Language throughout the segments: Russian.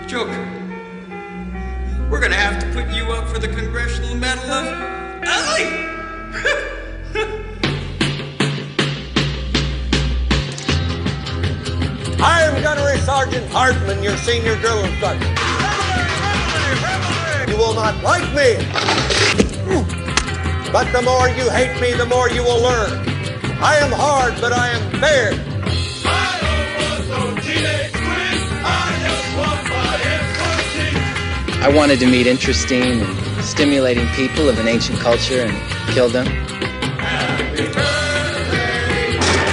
Joker, we're gonna have to put you up for the Congressional Medal of Ugly! I am Gunnery Sergeant Hartman, your senior drill instructor. You will not like me, but the more you hate me, the more you will learn. I am hard, but I am fair. I was no teenage twin. I just want my expertise. I wanted to meet interesting and stimulating people of an ancient culture and kill them. Happy birthday.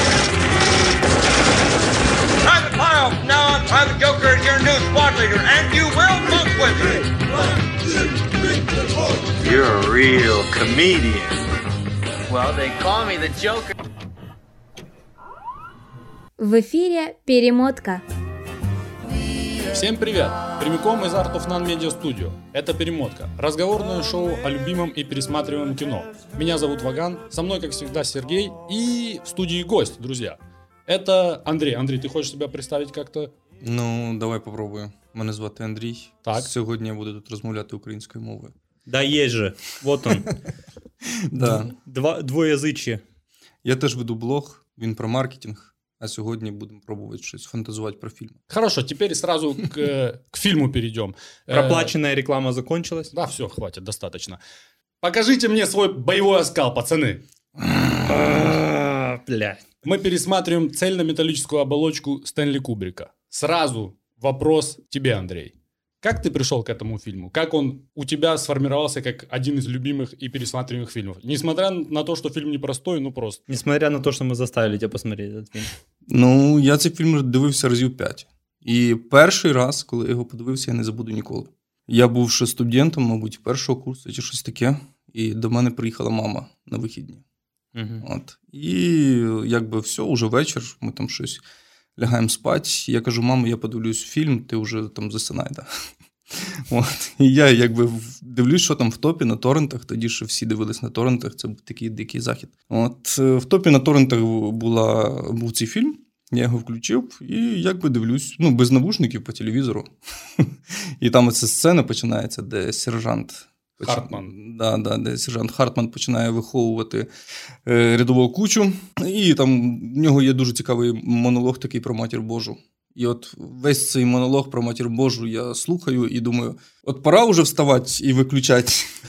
Private Lyle, from now on, Private Joker is your new squad leader, and you will bunk with me. 1, 2, 3, 4. You're a real comedian. Well, they call me the Joker. В эфире «Перемотка». Всем привет! Прямиком из Art of None Media Studio. Это «Перемотка» – разговорное шоу о любимом и пересматриваемом кино. Меня зовут Ваган, со мной, как всегда, Сергей и в студии гость, друзья. Это Андрей. Андрей, ти хочеш себе представити як-то? Ну, давай попробую. Мене звати Андрій. Так. Сьогодні я буду тут розмовляти українською мовою. Да, есть же. Вот он. Да. Двоязичие. Я теж веду блог, він про маркетинг. А сьогодні будемо пробувати щось фантазувати про фільми. Хорошо, теперь сразу к фильму перейдем. Проплаченная реклама закончилась. Да, все, хватит, достаточно. Покажите мне свой боевой оскал, пацаны. Бля. Мы пересматриваем цельнометаллическую оболочку Стэнли Кубрика. Сразу вопрос тебе, Андрей. Как ты пришел к этому фильму? Как он у тебя сформировался как один из любимых и пересматриваемых фильмов? Несмотря на то, что фильм непростой, ну просто. Несмотря на то, что мы заставили тебя посмотреть этот фильм. Ну, я цей фільм дивився разів 5. І перший раз, коли я його подивився, я не забуду ніколи. Я був ще студентом, мабуть, першого курсу чи щось таке. І до мене приїхала мама на вихідні. Угу. От. І якби все, уже вечір, ми там щось лягаємо спати. Я кажу, мамо, я подивлюсь фільм, ти вже там засинай, да. От. І я якби дивлюсь, що там в топі на торрентах, тоді ще всі дивились на торрентах, це був такий дикий захід. От в топі на торрентах був цей фільм, я його включив і якби дивлюсь, ну, без навушників по телевізору. І там оця сцена починається, де сержант Хартман. Де сержант Хартман починає виховувати рядового кучу. І там в нього є дуже цікавий монолог такий про Матір Божу. І от весь цей монолог про Матір Божу я слухаю і думаю, от пора вже вставати і виключати,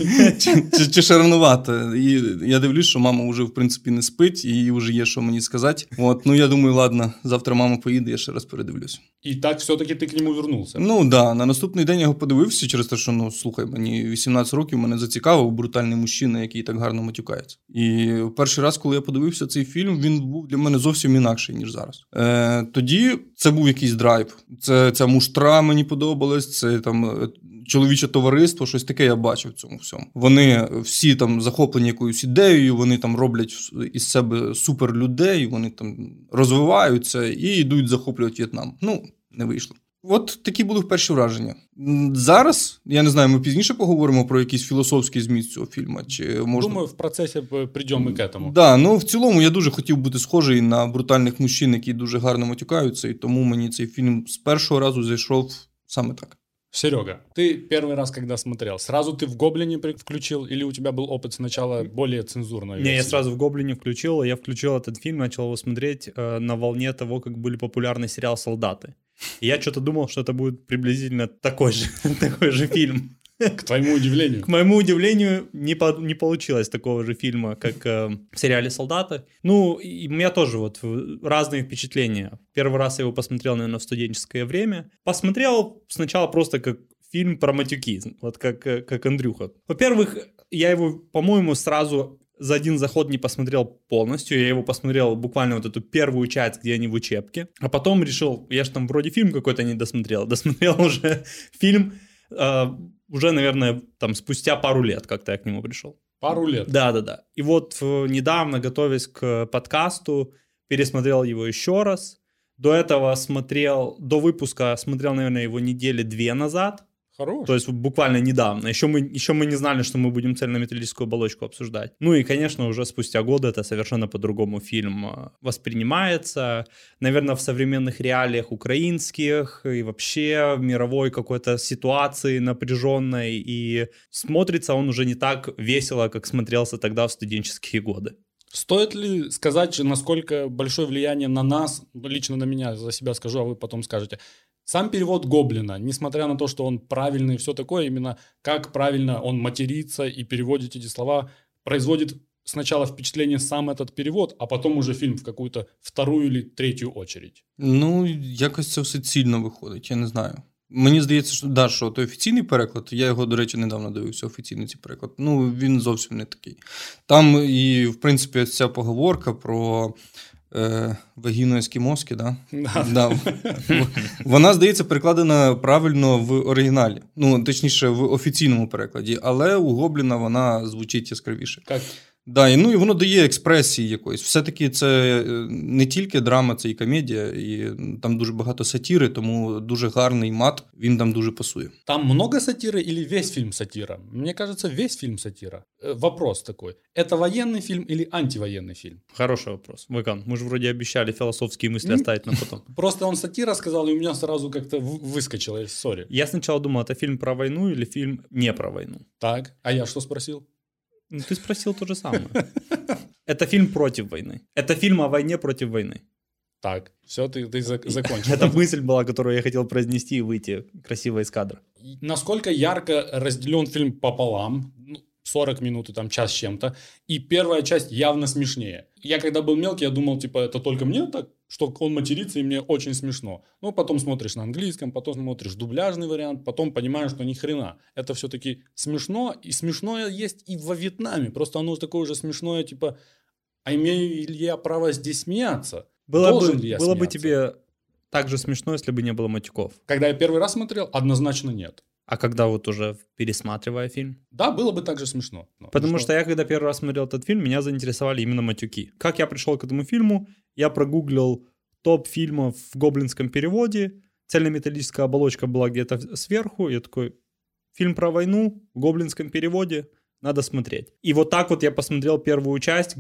чи ще рановато. І я дивлюсь, що мама вже, в принципі, не спить, і їй вже є, що мені сказати. От, ну, я думаю, ладно, завтра мама поїде, я ще раз передивлюсь. І так все-таки ти к нему вернувся? Ну, да, на наступний день я його подивився, через те, що, ну, слухай, мені 18 років, мене зацікавив брутальний мужчина, який так гарно матюкається. І перший раз, коли я подивився цей фільм, він був для мене зовсім інакший, ніж зараз. Тоді це був якийсь драйв. Ця муштра мені подобалась, це там чоловіче товариство, щось таке я бачив в цьому всьому. Вони всі там захоплені якоюсь ідеєю, вони там роблять із себе суперлюдей, вони там розвиваються і йдуть захоплювати В'єтнам. Ну, не вийшло. От такі були перші враження. Зараз, я не знаю, ми пізніше поговоримо про якийсь філософський зміст цього фільму. Чи можна... Думаю, в процесі прийдемо к этому. Да, ну в цілому я дуже хотів бути схожий на брутальних мужчин, які дуже гарно матюкаються, і тому мені цей фільм з першого разу зайшов саме так. Серега, ты первый раз, когда смотрел, сразу ты в «Гоблине» включил или у тебя был опыт сначала более цензурной версии? Не, я сразу в «Гоблине» включил, я включил этот фильм, начал его смотреть на волне того, как были популярны сериал «Солдаты». И я что-то думал, что это будет приблизительно такой же фильм. К твоему удивлению? К моему удивлению, не получилось такого же фильма, как в сериале «Солдаты». Ну, и у меня тоже вот разные впечатления. Первый раз я его посмотрел, наверное, в студенческое время. Посмотрел сначала просто как фильм про матюки, вот как Андрюха. Во-первых, я его, по-моему, сразу за один заход не посмотрел полностью. Я его посмотрел буквально вот эту первую часть, где они в учебке. А потом решил, я же там вроде фильм какой-то не досмотрел. Досмотрел уже фильм... уже, наверное, там спустя пару лет как-то я к нему пришел. Пару лет? Да. И вот недавно, готовясь к подкасту, пересмотрел его еще раз. До этого до выпуска смотрел, наверное, его недели 2 назад. Хорош. То есть буквально недавно. Еще мы не знали, что мы будем цельнометаллическую оболочку обсуждать. Ну и, конечно, уже спустя годы это совершенно по-другому фильм воспринимается. Наверное, в современных реалиях украинских и вообще в мировой какой-то ситуации напряженной. И смотрится он уже не так весело, как смотрелся тогда в студенческие годы. Стоит ли сказать, насколько большое влияние на нас, лично на меня, за себя скажу, а вы потом скажете, сам перевод Гоблина, несмотря на то, что он правильный и все такое, именно как правильно он матерится и переводит эти слова, производит сначала впечатление сам этот перевод, а потом уже фільм в какую-то вторую или третю очередь? Ну, якось це все цільно виходить, я не знаю. Мені здається, що, да, що той офіційний переклад, я його, до речі, недавно дивився, офіційний цей переклад, ну, він зовсім не такий. Там і, в принципі, ось ця поговорка про вагіну ескімоски, да? Да. Вона, здається, перекладена правильно в оригіналі. Ну, точніше, в офіційному перекладі, але у Гобліна вона звучить яскравіше. Как? Да, і, ну, і воно дає експресії якоїсь. Все-таки це не тільки драма, це і комедія, і там дуже багато сатіри, тому дуже гарний мат, він там дуже пасує. Там много сатиры или весь фильм сатира? Мне кажется, весь фильм сатира. Вопрос такой. Это военный фильм или антивоенный фильм? Хороший вопрос. Выкан, мы же вроде обещали философские мысли оставить на потом. Просто он сатира сказал, и у меня сразу как-то выскочило. Сори. Я сначала думал, это фильм про войну или фильм не про войну. Так, а я что спросил? Ну, ты спросил то же самое. Это фильм против войны. Это фильм о войне против войны. Так, все, ты закончил. Это мысль была, которую я хотел произнести и выйти красиво из кадра. Насколько ярко разделен фильм пополам, 40 минут и там час с чем-то, и первая часть явно смешнее. Я когда был мелкий, я думал, типа, это только мне так, что он матерится, и мне очень смешно. Ну, потом смотришь на английском, потом смотришь дубляжный вариант, потом понимаешь, что ни хрена. Это все-таки смешно, и смешное есть и во Вьетнаме. Просто оно такое же смешное, типа, а имею ли я право здесь смеяться? Должен ли я было бы смеяться? тебе так же смешно, если бы не было матюков. Когда я первый раз смотрел, однозначно нет. А когда вот уже пересматривая фильм? Да, было бы так же смешно. Потому что я, когда первый раз смотрел этот фильм, меня заинтересовали именно матюки. Как я пришел к этому фильму? Я прогуглил топ фильмов в гоблинском переводе. Цельнометаллическая оболочка была где-то сверху. Я такой, фильм про войну в гоблинском переводе, надо смотреть. И вот так вот я посмотрел первую часть,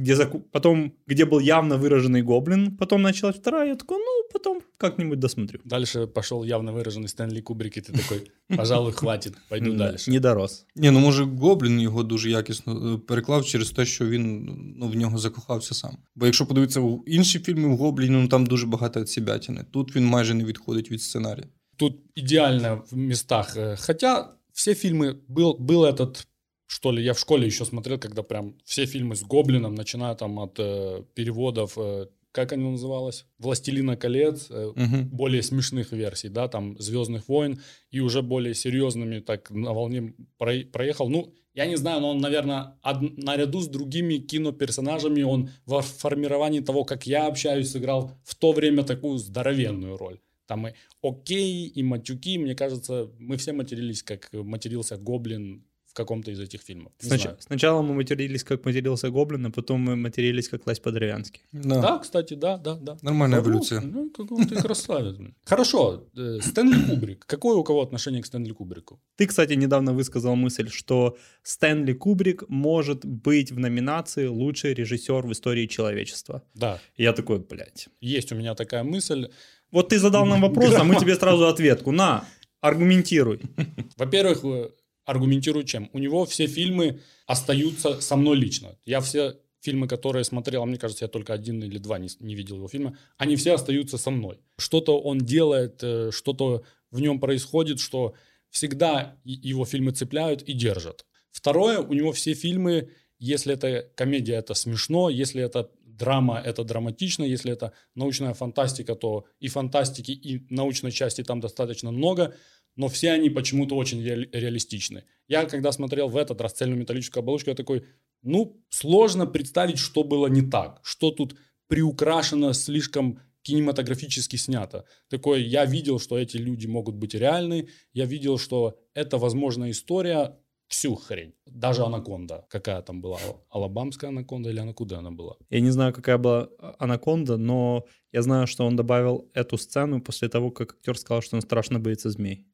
где был явно выраженный гоблин. Потом началась вторая, я такой, ну, потом как-нибудь досмотрю. Дальше пошел явно выраженный Стэнли Кубрик, и ты такой, пожалуй, хватит, пойду дальше. Не дорос. Ні, ну може Гоблін його дуже якісно переклав через те, що він в нього закохався сам. Бо якщо подивитися інші фільми в Гобліні, ну там дуже багато відсібятини. Тут він майже не відходить від сценарія. Тут идеально в местах. Хотя все фильмы, был этот, что ли, я в школе еще смотрел, когда прям все фильмы с Гоблином, начиная там от переводов, как они называлось? «Властелина колец», более смешных версий, да, там «Звездных войн», и уже более серьезными, так на волне проехал. Ну, я не знаю, но он, наверное, наряду с другими киноперсонажами, он во формировании того, как я общаюсь, сыграл в то время такую здоровенную роль. Там и окей, и матюки, мне кажется, мы все матерились, как матерился Гоблин в каком-то из этих фильмов. Сначала мы матерились, как матерился Гоблин, а потом мы матерились, как Лась по-деревянски. Да, кстати, да. Нормальная эволюция. Ну, какой ты красавец. Хорошо, Стэнли Кубрик. Какое у кого отношение к Стэнли Кубрику? Ты, кстати, недавно высказал мысль, что Стэнли Кубрик может быть в номинации «Лучший режиссер в истории человечества». Да. Я такой, блядь. Есть у меня такая мысль. Вот ты задал нам вопрос, а мы тебе сразу ответку. На, аргументируй. Во-первых, аргументирую чем? У него все фильмы остаются со мной лично. Я все фильмы, которые смотрел, а мне кажется, я только один или два не видел его фильма, они все остаются со мной. Что-то он делает, что-то в нем происходит, что всегда его фильмы цепляют и держат. Второе, у него все фильмы, если это комедия, это смешно, если это драма, это драматично, если это научная фантастика, то и фантастики, и научной части там достаточно много, но все они почему-то очень реалистичны. Я, когда смотрел в этот раз «Цельнометаллическую оболочку», я такой, ну, сложно представить, что было не так, что тут приукрашено, слишком кинематографически снято. Такое, я видел, что эти люди могут быть реальны, я видел, что это возможная история, всю хрень. Даже «Анаконда». Какая там была? Алабамская «Анаконда» или «Анакуда» она была? Я не знаю, какая была «Анаконда», но я знаю, что он добавил эту сцену после того, как актер сказал, что он страшно боится змей.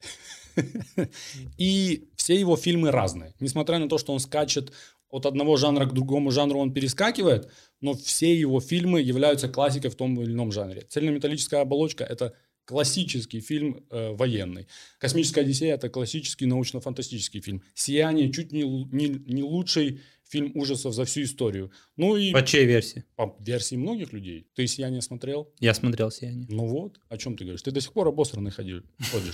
И все его фильмы разные. Несмотря на то, что он скачет от одного жанра к другому жанру, он перескакивает, но все его фильмы являются классикой в том или ином жанре. «Цельнометаллическая оболочка» — это классический фильм военный. «Космическая Одиссея» — это классический научно-фантастический фильм. «Сияние» чуть не лучший фильм ужасов за всю историю. Ну и По чьей версии? по версии многих людей. Ты «Сияние» смотрел? Я смотрел «Сияние». Ну вот, о чем ты говоришь? Ты до сих пор обосранный ходишь.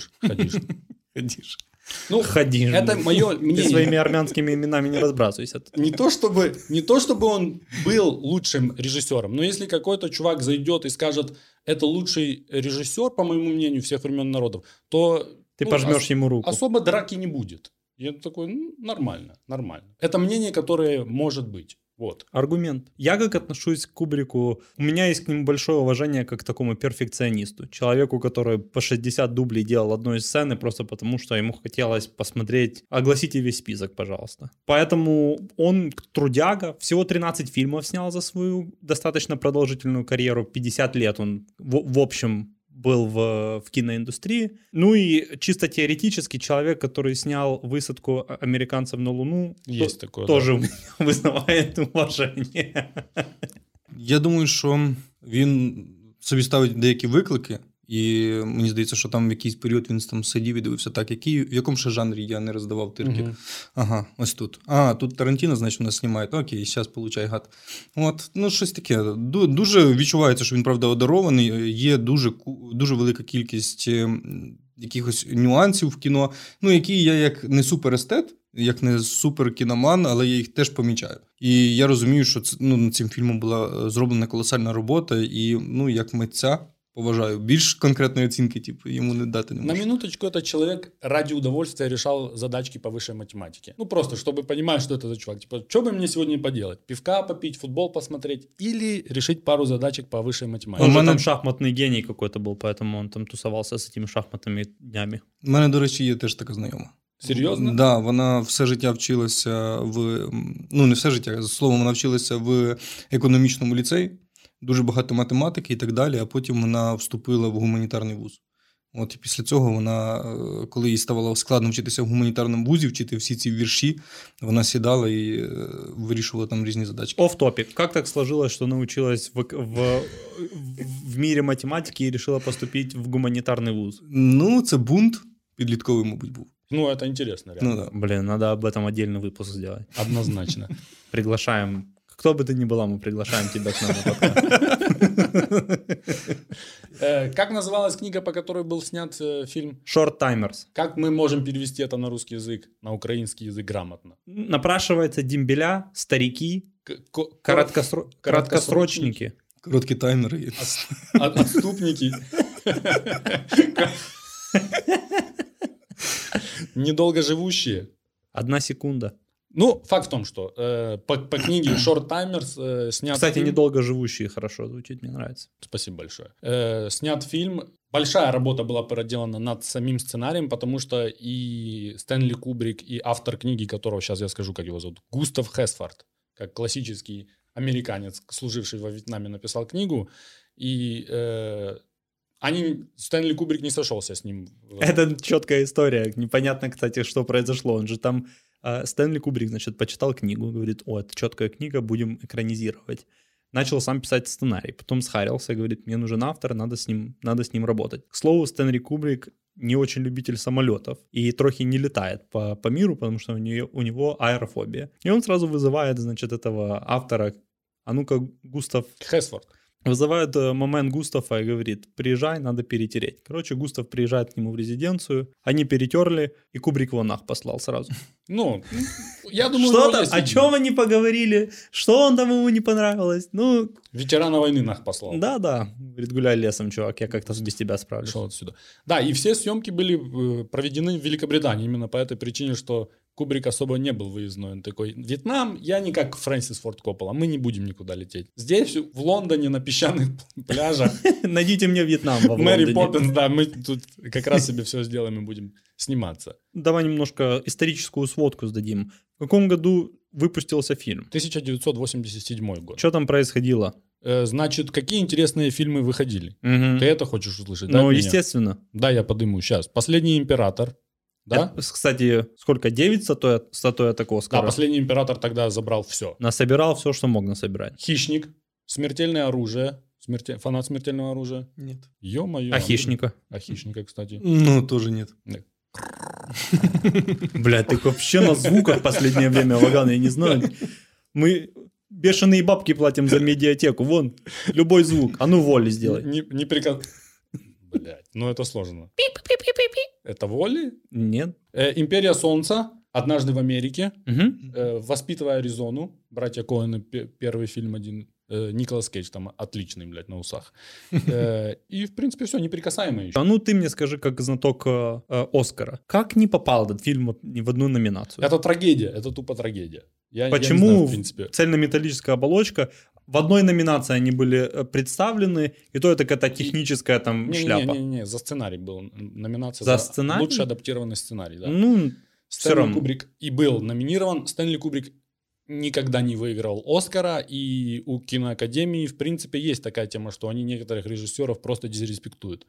Ходишь. Ну, Ходишь. это мое Ты мнение. своими армянскими именами не разбрасывайся. Не то чтобы он был лучшим режиссером, но если какой-то чувак зайдет и скажет, это лучший режиссер, по моему мнению, всех времен народов, то Ты пожмешь ему руку. особо драки не будет. Я такой, нормально. Это мнение, которое может быть. Вот. Аргумент. Я как отношусь к Кубрику, у меня есть к нему большое уважение как к такому перфекционисту. Человеку, который по 60 дублей делал одной сцены просто потому, что ему хотелось посмотреть. Огласите весь список, пожалуйста. Поэтому он трудяга. Всего 13 фильмов снял за свою достаточно продолжительную карьеру. 50 лет он в общем был в киноиндустрии. Ну и чисто теоретически человек, который снял «Высадку американцев на Луну», Есть такое, тоже да. вызывает уважение. Я думаю, що він собі ставить деякі виклики, і мені здається, що там в якийсь період він там сидів і дивився, так, в якому ще жанрі я не роздавав тирки. Ага, ось тут. Тут Тарантіно, значить, у нас знімають. Окей, зараз получай гад. От, ну, щось таке. Дуже відчувається, що він, правда, одарований. Є дуже велика кількість якихось нюансів в кіно, ну, які я як не суперестет, як не суперкіноман, але я їх теж помічаю. І я розумію, що над цим фільмом була зроблена колосальна робота, і, ну, як митця, поважаю. Більш конкретної оцінки, типу, ему не дати не можу. На минуточку, этот человек ради удовольствия решал задачки по высшей математике. Ну, просто, чтобы понимать, что это за чувак. Типа, что бы мне сегодня поделать? Пивка попить, футбол посмотреть или решить пару задачек по высшей математике? Он же там шахматный гений какой-то был, поэтому он там тусовался с этими шахматными днями. У мене, до речі, є теж така знайома. Серйозно? Да, вона все життя вчилася ну, не все життя, за словом, вона вчилася в економічному ліцеї. Дуже багато математики і так далі, а потім вона вступила в гуманітарний вуз. От і після цього вона, коли їй ставало складно вчитися в гуманітарному вузі, вчити всі ці вірші, вона сідала і вирішувала там різні задачки. Off-topic. Как так сложилось, что научилась в мире математики и решила поступить в гуманитарный вуз? Ну, це бунт підлітковий, мабуть, був. Ну, это интересно, реально. Ну, да. Блин, надо об этом отдельный выпуск сделать. Однозначно. Приглашаем. Кто бы ты ни была, мы приглашаем тебя к нам на подкаст. Как называлась книга, по которой был снят фильм? Short Timers. Как мы можем перевести это на русский язык, на украинский язык грамотно? Напрашивается дембеля, старики, короткосрочники. Короткі таймери. Отступники. Недолго живущие. 1 секунда. Ну, факт в том, что по книге Short Timers снят Кстати, фильм... недолго живущие хорошо звучит, мне нравится. Спасибо большое. Снят фильм. Большая работа была проделана над самим сценарием, потому что и Стэнли Кубрик, и автор книги, которого сейчас я скажу, как его зовут, Густав Хесфорд, как классический американец, служивший во Вьетнаме, написал книгу, и Стэнли Кубрик не сошелся с ним. Это четкая история. Непонятно, кстати, что произошло. Он же там... Стэнли Кубрик, значит, почитал книгу, говорит, это четкая книга, будем экранизировать. Начал сам писать сценарий, потом схарился, говорит, мне нужен автор, надо с ним работать. К слову, Стэнли Кубрик не очень любитель самолетов и трохи не летает по миру, потому что у него аэрофобия. И он сразу вызывает, значит, этого автора, а ну-ка, Густав... Хесфорд. Вызывает момент Густава и говорит, приезжай, надо перетереть. Короче, Густав приезжает к нему в резиденцию, они перетерли, и Кубрик его нах послал сразу. Ну, я думаю... Что там? О чем они поговорили? Что он там ему не понравилось? Ну... Ветерана войны нах послал. Да. Говорит, гуляй лесом, чувак, я как-то без тебя справлюсь. Шел отсюда. Да, и все съемки были проведены в Великобритании, именно по этой причине, что Кубрик особо не был выездной. Он такой, Вьетнам, я не как Фрэнсис Форд Коппола, мы не будем никуда лететь. Здесь, в Лондоне, на песчаных пляжах. Найдите мне Вьетнам во Лондоне. Мэри Поппинс, да, мы тут как раз себе все сделаем и будем сниматься. Давай немножко историческую сводку сдадим. В каком году выпустился фильм? 1987 год. Что там происходило? Значит, какие интересные фильмы выходили? Угу. Ты это хочешь услышать? Ну, естественно. Да, я подыму сейчас. «Последний император». Да? Кстати, сколько? 9 статуэток Оскара? Да, «Последний император» тогда забрал все. Насобирал все, что мог насобирать. «Хищник», «Смертельное оружие». Фанат «Смертельного оружия»? Нет. Ё-моё. А «Хищника»? А «Хищника», кстати. Ну, тоже нет. Блядь, ты вообще на звуках в последнее время, Ваган, я не знаю. Мы бешеные бабки платим за медиатеку. Вон, любой звук. А ну, Волли сделай. Не приказ... Блядь, ну это сложно. Это «Волли»? Нет. «Империя солнца», «Однажды в Америке», Угу. «Воспитывая Аризону», братья Коэны, первый фильм один, Николас Кейдж там отличный, блядь, на усах. И, в принципе, все, «Неприкасаемые» еще. А ну ты мне скажи, как знаток Оскара, как не попал этот фильм ни в одну номинацию? Это трагедия, это тупо трагедия. Я Почему не знаю, в принципе. цельнометаллическая оболочка? В одной номинации они были представлены, и то это какая-то техническая там шляпа. Не, за сценарий был номинация. За сценарий? Лучший адаптированный сценарий, да. Ну, все равно. Кубрик и был номинирован. Стэнли Кубрик никогда не выиграл Оскара, и у киноакадемии, в принципе, есть такая тема, что они некоторых режиссеров просто дизреспектуют.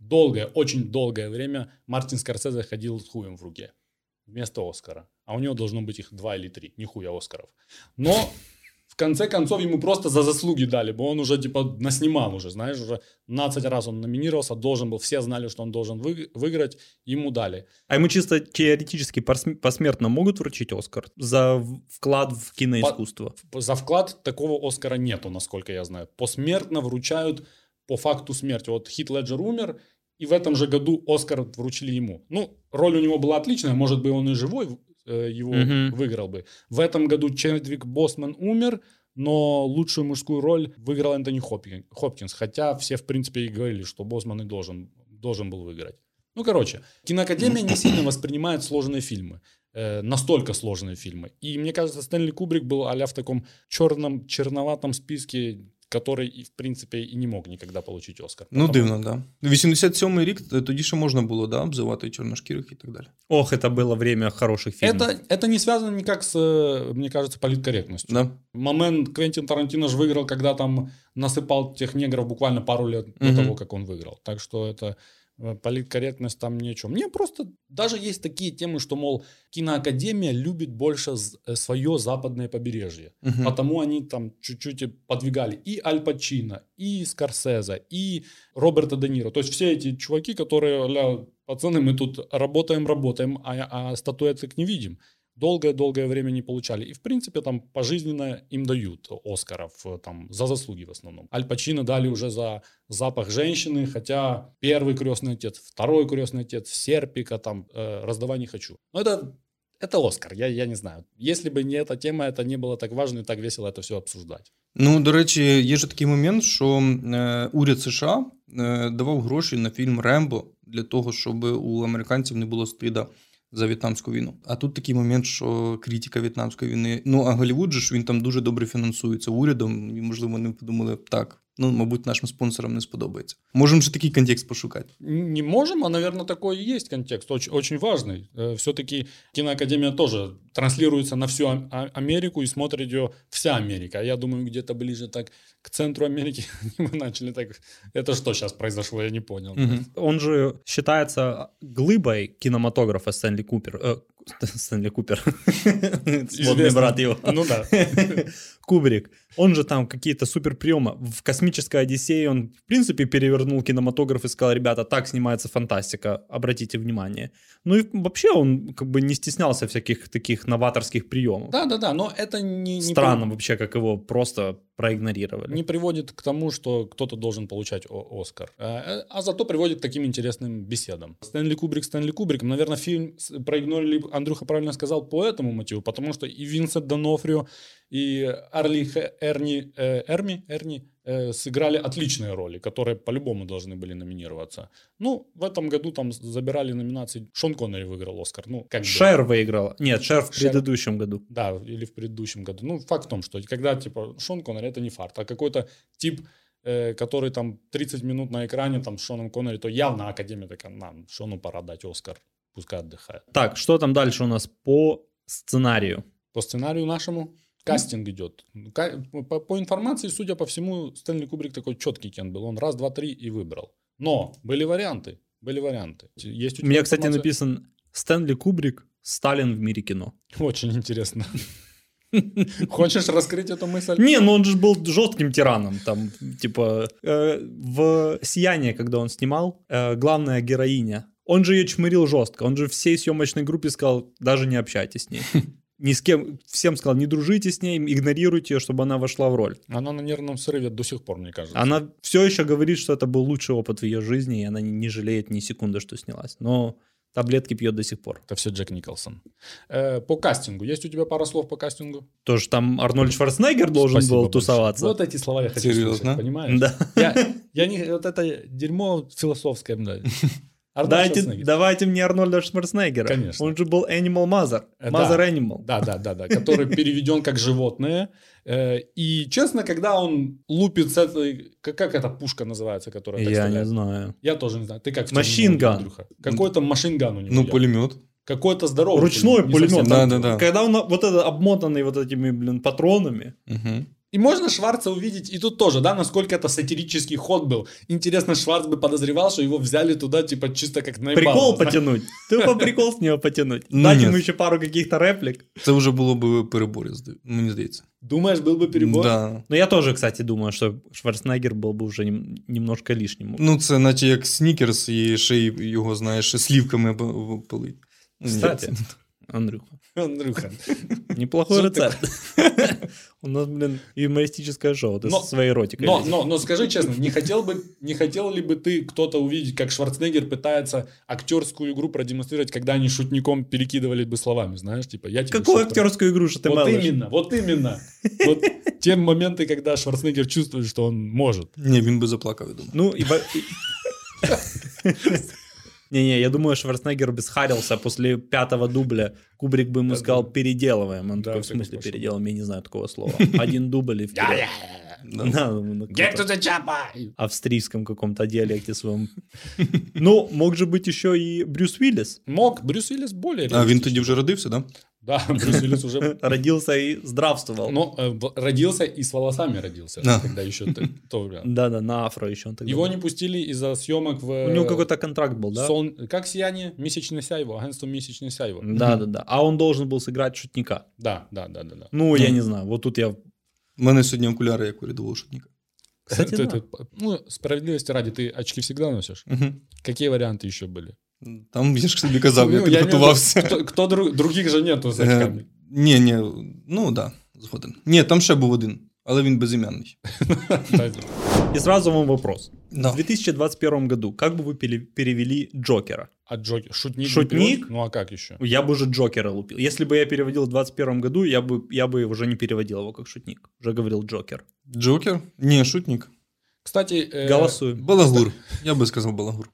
Очень долгое время Мартин Скорсезе ходил с хуем в руке вместо Оскара. А у него должно быть их 2 или 3, нихуя Оскаров. Но в конце концов ему просто за заслуги дали, бо он уже типа наснимал уже, знаешь, уже 12 раз он номинировался, должен был, все знали, что он должен выиграть, ему дали. А ему чисто теоретически посмертно могут вручить Оскар за вклад в киноискусство? За вклад такого Оскара нету, насколько я знаю. Посмертно вручают по факту смерти. Вот Хит Леджер умер, и в этом же году Оскар вручили ему. Ну, роль у него была отличная, может быть, он и живой его выиграл бы. В этом году Чедвик Босман умер, но лучшую мужскую роль выиграл Энтони Хопкинс, хотя все, в принципе, и говорили, что Босман и должен был выиграть. Ну, короче, киноакадемия не сильно воспринимает сложные фильмы. Настолько сложные фильмы. И мне кажется, Стэнли Кубрик был а-ля в таком черноватом списке, который, в принципе, і не мог ніколи отримати Оскар. Ну, дивно, да. 87-й рік, тоді ще можна було, да, обзивати чорношкірих і так далі. Ох, это было время хороших фильмов. Это не связано никак с, мне кажется, политкорректностью. Да. Момент Квентин Тарантино же выиграл, когда там насыпал тех негров буквально пару лет до того, как он выиграл. Так что это... Политкорректность там ни о чем. Мне просто даже есть такие темы, что, мол, киноакадемия любит больше свое западное побережье. Потому они там чуть-чуть подвигали и Аль Пачино, и Скорсезе, и Роберта Де Ниро. То есть все эти чуваки, которые, пацаны, мы тут работаем, а статуэток не видим. Долгое время не получали. И, в принципе, там пожизненно им дают Оскаров там, за заслуги в основном. Аль Пачино дали уже за «Запах женщины», хотя первый «Крестный отец», второй «Крестный отец», «Серпика», там, «Раздавай не хочу». Но это Оскар, я не знаю. Если бы не эта тема, это не было так важно и так весело это все обсуждать. Ну, до речі, є ж такий момент, що уряд США давав гроші на фільм «Рембо» для того, щоб у американців не було стида за В'єтнамську війну. А тут такий момент, що критика В'єтнамської війни. Ну, а Голлівуд же ж, він там дуже добре фінансується урядом, і, можливо, вони подумали, так, ну, мабуть, нашим спонсорам не сподобається. Можемо же такий контекст пошукати. Не можем, а, наверное, такой и есть контекст, очень важный. Все-таки киноакадемия тоже транслируется на всю Америку и смотрит ее вся Америка. Я думаю, где-то ближе так к центру Америки мы начали так... Это что сейчас произошло, я не понял. Он же считается глыбой кинематографа Стэнли Купер. Стэнли Купер. Сводный брат его. Ну да. Кубрик. Он же там какие-то суперприемы. В «Космической Одиссее» он, в принципе, перевернул кинематограф и сказал: ребята, так снимается фантастика, обратите внимание. Ну и вообще он как бы не стеснялся всяких таких новаторских приемов. Да, но это не... Странно вообще, как его просто проигнорировали. Не приводит к тому, что кто-то должен получать Оскар. А зато приводит к таким интересным беседам. Стэнли Кубрик. Наверное, фильм проигнорили, Андрюха правильно сказал, по этому мотиву, потому что и Винсент Донофрио, и Эрни сыграли отличные роли, которые по-любому должны были номинироваться. Ну, в этом году там забирали номинации. Шон Коннери выиграл Оскар. Ну, как бы. Шер выиграл. Нет, Шер в предыдущем году. Да, или в предыдущем году. Ну, факт в том, что когда, типа, Шон Коннери, это не факт, а какой-то тип, который там 30 минут на экране там с Шоном Коннери, то явно Академия такая, нам, Шону пора дать Оскар, пускай отдыхает. Так, что там дальше у нас по сценарию? По сценарию нашему кастинг идет. По информации, судя по всему, Стэнли Кубрик такой четкий кен был. Он раз, два, три и выбрал. Но были варианты. Есть у меня, кстати, написан Стэнли Кубрик — Сталин в мире кино. Очень интересно. Хочешь раскрыть эту мысль? Не, ну он же был жестким тираном. Там, типа, в «Сияние», когда он снимал, главная героиня, он же ее чмырил жестко. Он же всей съемочной группе сказал, даже не общайтесь с ней. Ни с кем, всем сказал, не дружите с ней, игнорируйте ее, чтобы она вошла в роль. Она на нервном срыве до сих пор, мне кажется. Она все еще говорит, что это был лучший опыт в ее жизни, и она не жалеет ни секунды, что снялась. Но таблетки пьет до сих пор. Это все Джек Николсон. По кастингу. Есть у тебя пара слов по кастингу? Тоже там Арнольд Шварценеггер должен Спасибо был большое. тусоваться. Вот эти слова я хочу Серьезно? слышать, понимаешь? Да. Я не... Вот это дерьмо философское, да. Арнольд Шварценеггер. Давайте мне Арнольда Шварценеггера. Конечно. Он же был Animal Mother. Да. Mother Animal. Да, который переведен как животное. И, честно, когда он лупит с этой... Как эта пушка называется, которая так Я стреляет? не знаю. Я тоже не знаю. Ты как в Машин-ган. «Терминаторе», Андрюха? Какой-то машин-ган у него. Ну, явно. пулемет. Какой-то здоровый. Ручной не пулемет. совсем Да, так. да, да. Когда он вот это обмотанный вот этими, патронами. Угу. И можно Шварца увидеть, и тут тоже, да, насколько это сатирический ход был. Интересно, Шварц бы подозревал, что его взяли туда, типа, чисто как наебало. Прикол знаешь? потянуть. Тупо прикол с него потянуть. Ну, Дать нет. ему ще пару каких-то реплік. Це вже було б перебор, мені здається. Думаешь, был бы перебор? Да. Но я тоже, кстати, думаю, что Шварценеггер был бы уже немножко лишним. Ну, це наче як снікерс, і ще й його, знаєш, слівками полить. Кстати, Андрюха, Андрюха. неплохой Что рецепт. У нас, юмористическое шоу. Ты Но- со своей эротикой. Но скажи честно, не хотел ли бы ты кто-то увидеть, как Шварценеггер пытается актерскую игру продемонстрировать, когда они шутником перекидывали бы словами, знаешь, типа, я тебе Какую шутку- актерскую игру что ты Вот мелешь? именно. Вот те моменты, когда Шварценеггер чувствует, что он может. Ні, він би заплакав, я думаю. Ну, Не-не, я думаю, Шварценеггер бы схарился после 5-го дубля. Кубрик бы ему сказал, переделываем. Он Да, такой, в всё смысле пошел. переделываем? Я не знаю такого слова. Один дубль и вперед. На, ну, Get to the chopper! австрийском каком-то диалекте своем. Ну, мог же быть еще и Брюс Уиллис. Мог, Брюс Уиллис более А він тоді вже родився, так? Да? Да, Брюс Уиллис уже... Родился и здравствовал. Но родился и с волосами родился, Да. когда еще то время. Да-да, на афро еще он тогда Его был. не пустили из-за съемок в... У него какой-то контракт был, да? Как «Сияние», «Месячный Сяйво», агентство «Месячный Сяйво». Да-да-да. А он должен был сыграть шутника. Да. Ну, я не знаю, вот тут я... У мене сьогодні окуляри, як у рядового шутника. Кстати, да. Ну, справедливости ради, ты очки всегда носишь? Угу. Какие варианты еще были? Там, я ж тобі казав, я Ну, имею в виду, підготувався. Кто других же нету с очками. Ні, ну да, згоден. Ні, там ще був один, але він безім'янний. И сразу вам вопрос. Да. В 2021 году как бы вы перевели Джокера? А Джокер? Шутник? Шутник? не переводит? Ну, а как еще? Я бы уже Джокера лупил. Если бы я переводил в 2021 году, я бы уже не переводил его как шутник. Уже говорил Джокер. Джокер? Ні, шутник. Кстати... Голосуем. Балагур. Я би сказав Балагур.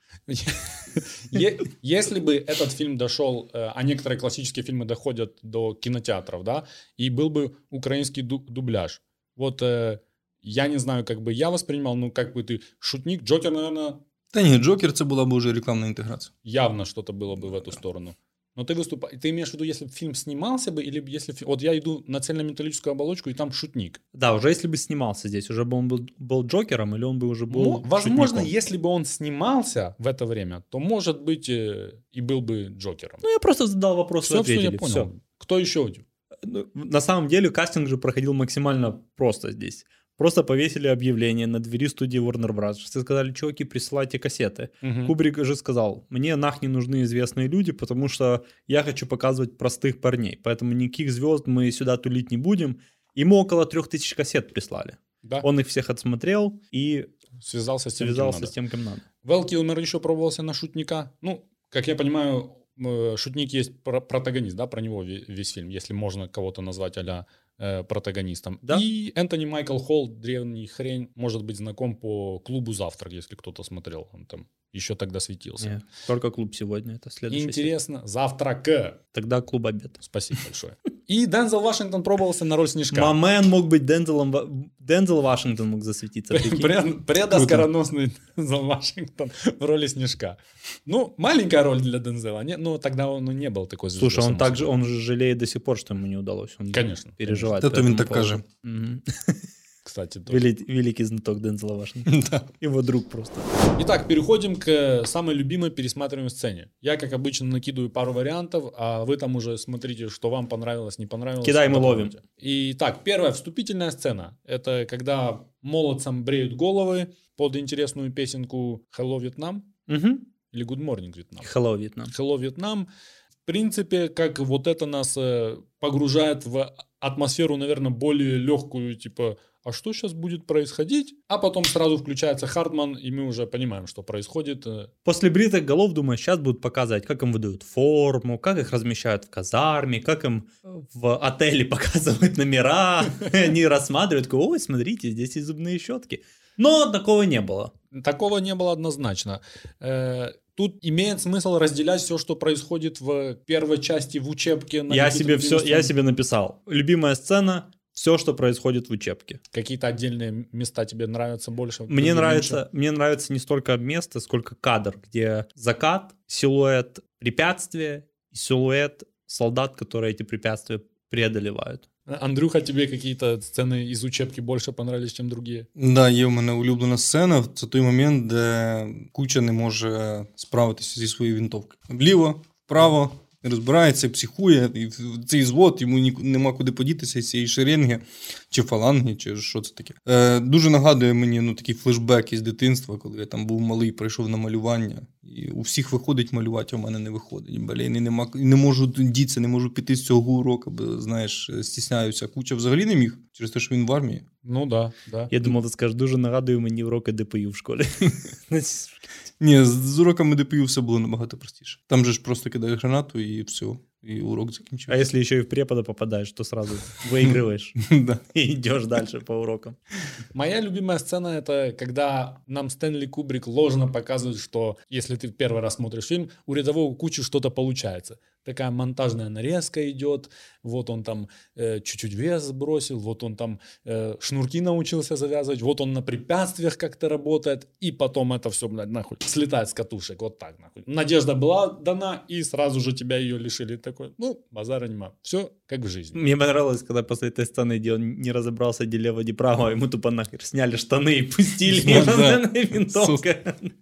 Если бы этот фильм дошел, а некоторые классические фильмы доходят до кинотеатров, да, и был бы украинский дубляж, вот я не знаю, как бы я воспринимал, ну, как бы ты шутник, Джокер, наверное, Та ні, Джокер це була б уже рекламна інтеграція. явно что-то было бы в эту сторону. Но ты ты имеешь в виду, если бы фильм снимался бы, или если... Вот я иду на цельнометаллическую оболочку, и там шутник. Да, уже если бы снимался здесь, уже бы он был Джокером, или он бы уже был Ну, возможно, шутником? если бы он снимался в это время, то, может быть, и был бы Джокером. Ну, я просто задал вопрос, вы Все, я ответили. понял. Всё. Кто еще? Ну, на самом деле кастинг же проходил максимально просто здесь. Просто повесили объявление на двери студии Warner Bros. Все сказали, чуваки, присылайте кассеты. Мгм. Кубрик же сказал, мне нах не нужны известные люди, потому что я хочу показывать простых парней. Поэтому никаких звезд мы сюда тулить не будем. Ему около 3000 кассет прислали. Да, Он их всех отсмотрел и связался с тем, связался кем с тем, кем надо. Вэл Килмер еще пробовался на шутника. Ну, как я понимаю, шутник есть протагонист, да, про него весь фильм, если можно кого-то назвать а-ля протагонистом. Да. И Энтони Майкл Холл, древний хрень, может быть знаком по клубу «Завтрак», если кто-то смотрел. Он там еще тогда светился. Не, только клуб сегодня, это следующий. Интересно. «Завтрак». Тогда клуб обед. Спасибо большое. И Дензел Вашингтон пробовался на роль Снежка. Мамен мог быть Дензел Вашингтон мог засветиться. прикинь. Предоскароносный Дензел Вашингтон в роли Снежка. Ну, маленькая роль для Дензела. Но тогда он не был такой звездой. Слушай, само он же жалеет до сих пор, что ему не удалось. Он Конечно, переживает. Та то по він этому так поводу. каже. Мгм. Кстати, тоже. Великий знаток Дензела Вашингтона. Да. Его друг просто. Итак, переходим к самой любимой пересматриваемой сцене. Я, как обычно, накидываю пару вариантов, а вы там уже смотрите, что вам понравилось, не понравилось. Кидай, мы добавляйте. ловим. Итак, первая вступительная сцена. Это когда молодцам бреют головы под интересную песенку «Hello, Vietnam» Мгм. или «Good Morning, Vietnam». Hello, Вьетнам. «Hello, Vietnam». В принципе, как вот это нас погружает в атмосферу, наверное, более легкую, типа, а что сейчас будет происходить? А потом сразу включается Хартман, и мы уже понимаем, что происходит. После бритых голов, думаю, сейчас будут показывать, как им выдают форму, как их размещают в казарме, как им в отеле показывают номера. Они рассматривают, такой, ой, смотрите, здесь есть зубные щетки. Но такого не было. Такого не было однозначно. Тут имеет смысл разделять все, что происходит в первой части в учебке. на Я какие-то себе любимые сцены. написал. Любимая сцена — все, что происходит в учебке. Какие-то отдельные места тебе нравятся больше? Мне другие нравится не столько место, сколько кадр, где закат, силуэт препятствия и силуэт солдат, которые эти препятствия преодолевают. меньше? Андрюха, тебе какие-то сцены из учебки больше понравились, чем другие? Да, є в мене улюблена сцена. Це той момент, де Куча не може справитися зі своєю винтовкою. Вліво, вправо, не розбирається, психує. І цей звод, йому нема куди подітися з цієї шеренги, чи фаланги, чи що це таке. Дуже нагадує мені такий флешбек із дитинства, коли я там був малий, прийшов на малювання. І у всіх виходить малювати, а в мене не виходить. Блін, не можу дітися, не можу піти з цього уроку, бо, знаєш, стісняюся. Куча взагалі не міг, через те, що він в армії. Ну да, да. Я думав, ти скажеш, дуже нагадує мені уроки ДПЮ в школі. Ні, з уроками ДПЮ все було набагато простіше. Там же ж просто кидаєш гранату і все, і урок закінчився. А если еще и в препода попадаешь, то сразу выигрываешь Да. и идешь дальше по урокам. Моя любимая сцена — это когда нам Стэнли Кубрик ложно показывает, что если ты в первый раз смотришь фильм, у рядового Кучи что-то получается. Такая монтажная нарезка идет, вот он там чуть-чуть вес сбросил, вот он там шнурки научился завязывать, вот он на препятствиях как-то работает, и потом это все, блядь, нахуй, слетает с катушек, вот так, нахуй. Надежда была дана, и сразу же тебя ее лишили. Такой, ну, базара нема. Все как в жизни. Мне понравилось, когда после этой сцены, где он не разобрался, где лево, где право, ему тупо нахер сняли штаны и пустили Ну да. винтовка.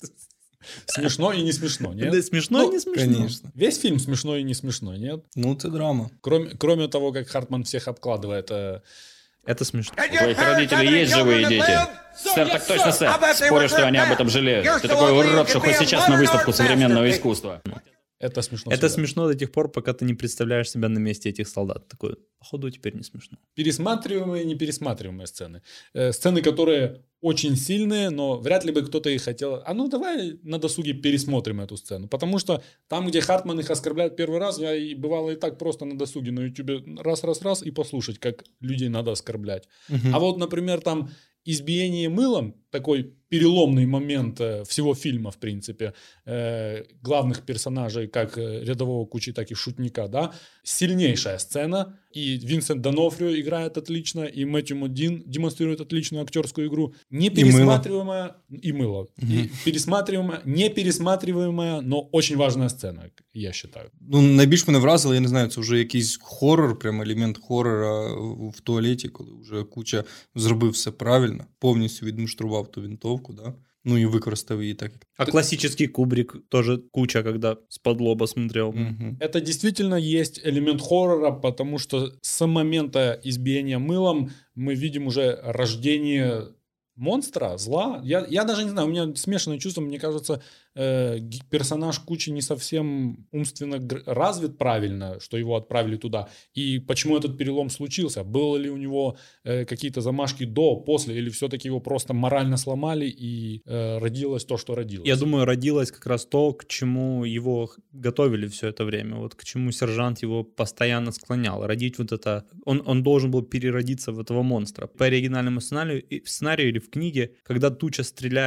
Смешно и не смешно, нет? Да, смешно и не смешно. Конечно. Весь фильм смешно и не смешно, нет? Ну, це драма. Кроме того, как Хартман всех обкладывает. Это смешно. У твоих родителей есть живые дети? Сэр, так точно, сэр. Спорю, что они об этом жалеют. Ты такой урод, что хоть сейчас на выставку современного искусства. Это смешно. Это всегда. смешно до тех пор, пока ты не представляешь себя на месте этих солдат. Такой, походу, теперь не смешно. Пересматриваемые и непересматриваемые сцены. Сцены, которые очень сильные, но вряд ли бы кто-то их хотел. А ну давай на досуге пересмотрим эту сцену. Потому что там, где Хартман их оскорбляет первый раз, я и бывало и так просто на досуге на ютубе раз и послушать, как людей надо оскорблять. А вот, например, там избиение мылом, такой переломный момент всего фильма, в принципе, главных персонажей, как рядового Кучи, так и шутника, да, сильнейшая сцена, и Винсент Донофрио играет отлично, и Мэтью Модин демонстрирует отличную актерскую игру, непересматриваемая, и мыло, и пересматриваемая, непересматриваемая, но очень важная сцена, я считаю. Ну, найбільш мене вразило, я не знаю, це вже якийсь хорор, прям елемент хорора в туалеті, коли вже Куча зробив все правильно, повністю відмуштрував ту винтовку, да? Ну і використав її так. А классический Кубрик тоже Куча, когда с-под лоба смотрел. Это действительно есть элемент хоррора, потому что с момента избиения мылом мы видим уже рождение монстра, зла. Я даже не знаю, у меня смешанные чувства. Мне кажется, персонаж Кучи не совсем умственно развит правильно, что его отправили туда. И почему этот перелом случился? Было ли у него какие-то замашки до, после, или все-таки его просто морально сломали и родилось то, что родилось? Я думаю, родилось как раз то, к чему его готовили все это время. Вот к чему сержант его постоянно склонял. Родить вот это... Он должен был переродиться в этого монстра. По оригинальному сценарию или в книге, когда Куча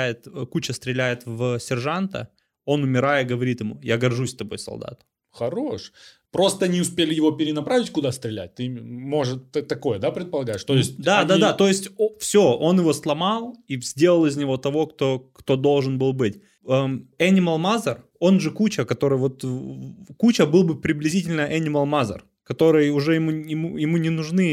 стреляет в сержанта, он, умирая, говорит ему: «Я горжусь тобой, солдат». Хорош. Просто не успели его перенаправить, куда стрелять. Ты, может, такое, да, предполагаешь? То есть Да. То есть все, он его сломал и сделал из него того, кто должен был быть. Animal Mother, он же Куча, который вот... Куча был бы приблизительно Animal Mother, который уже ему не нужны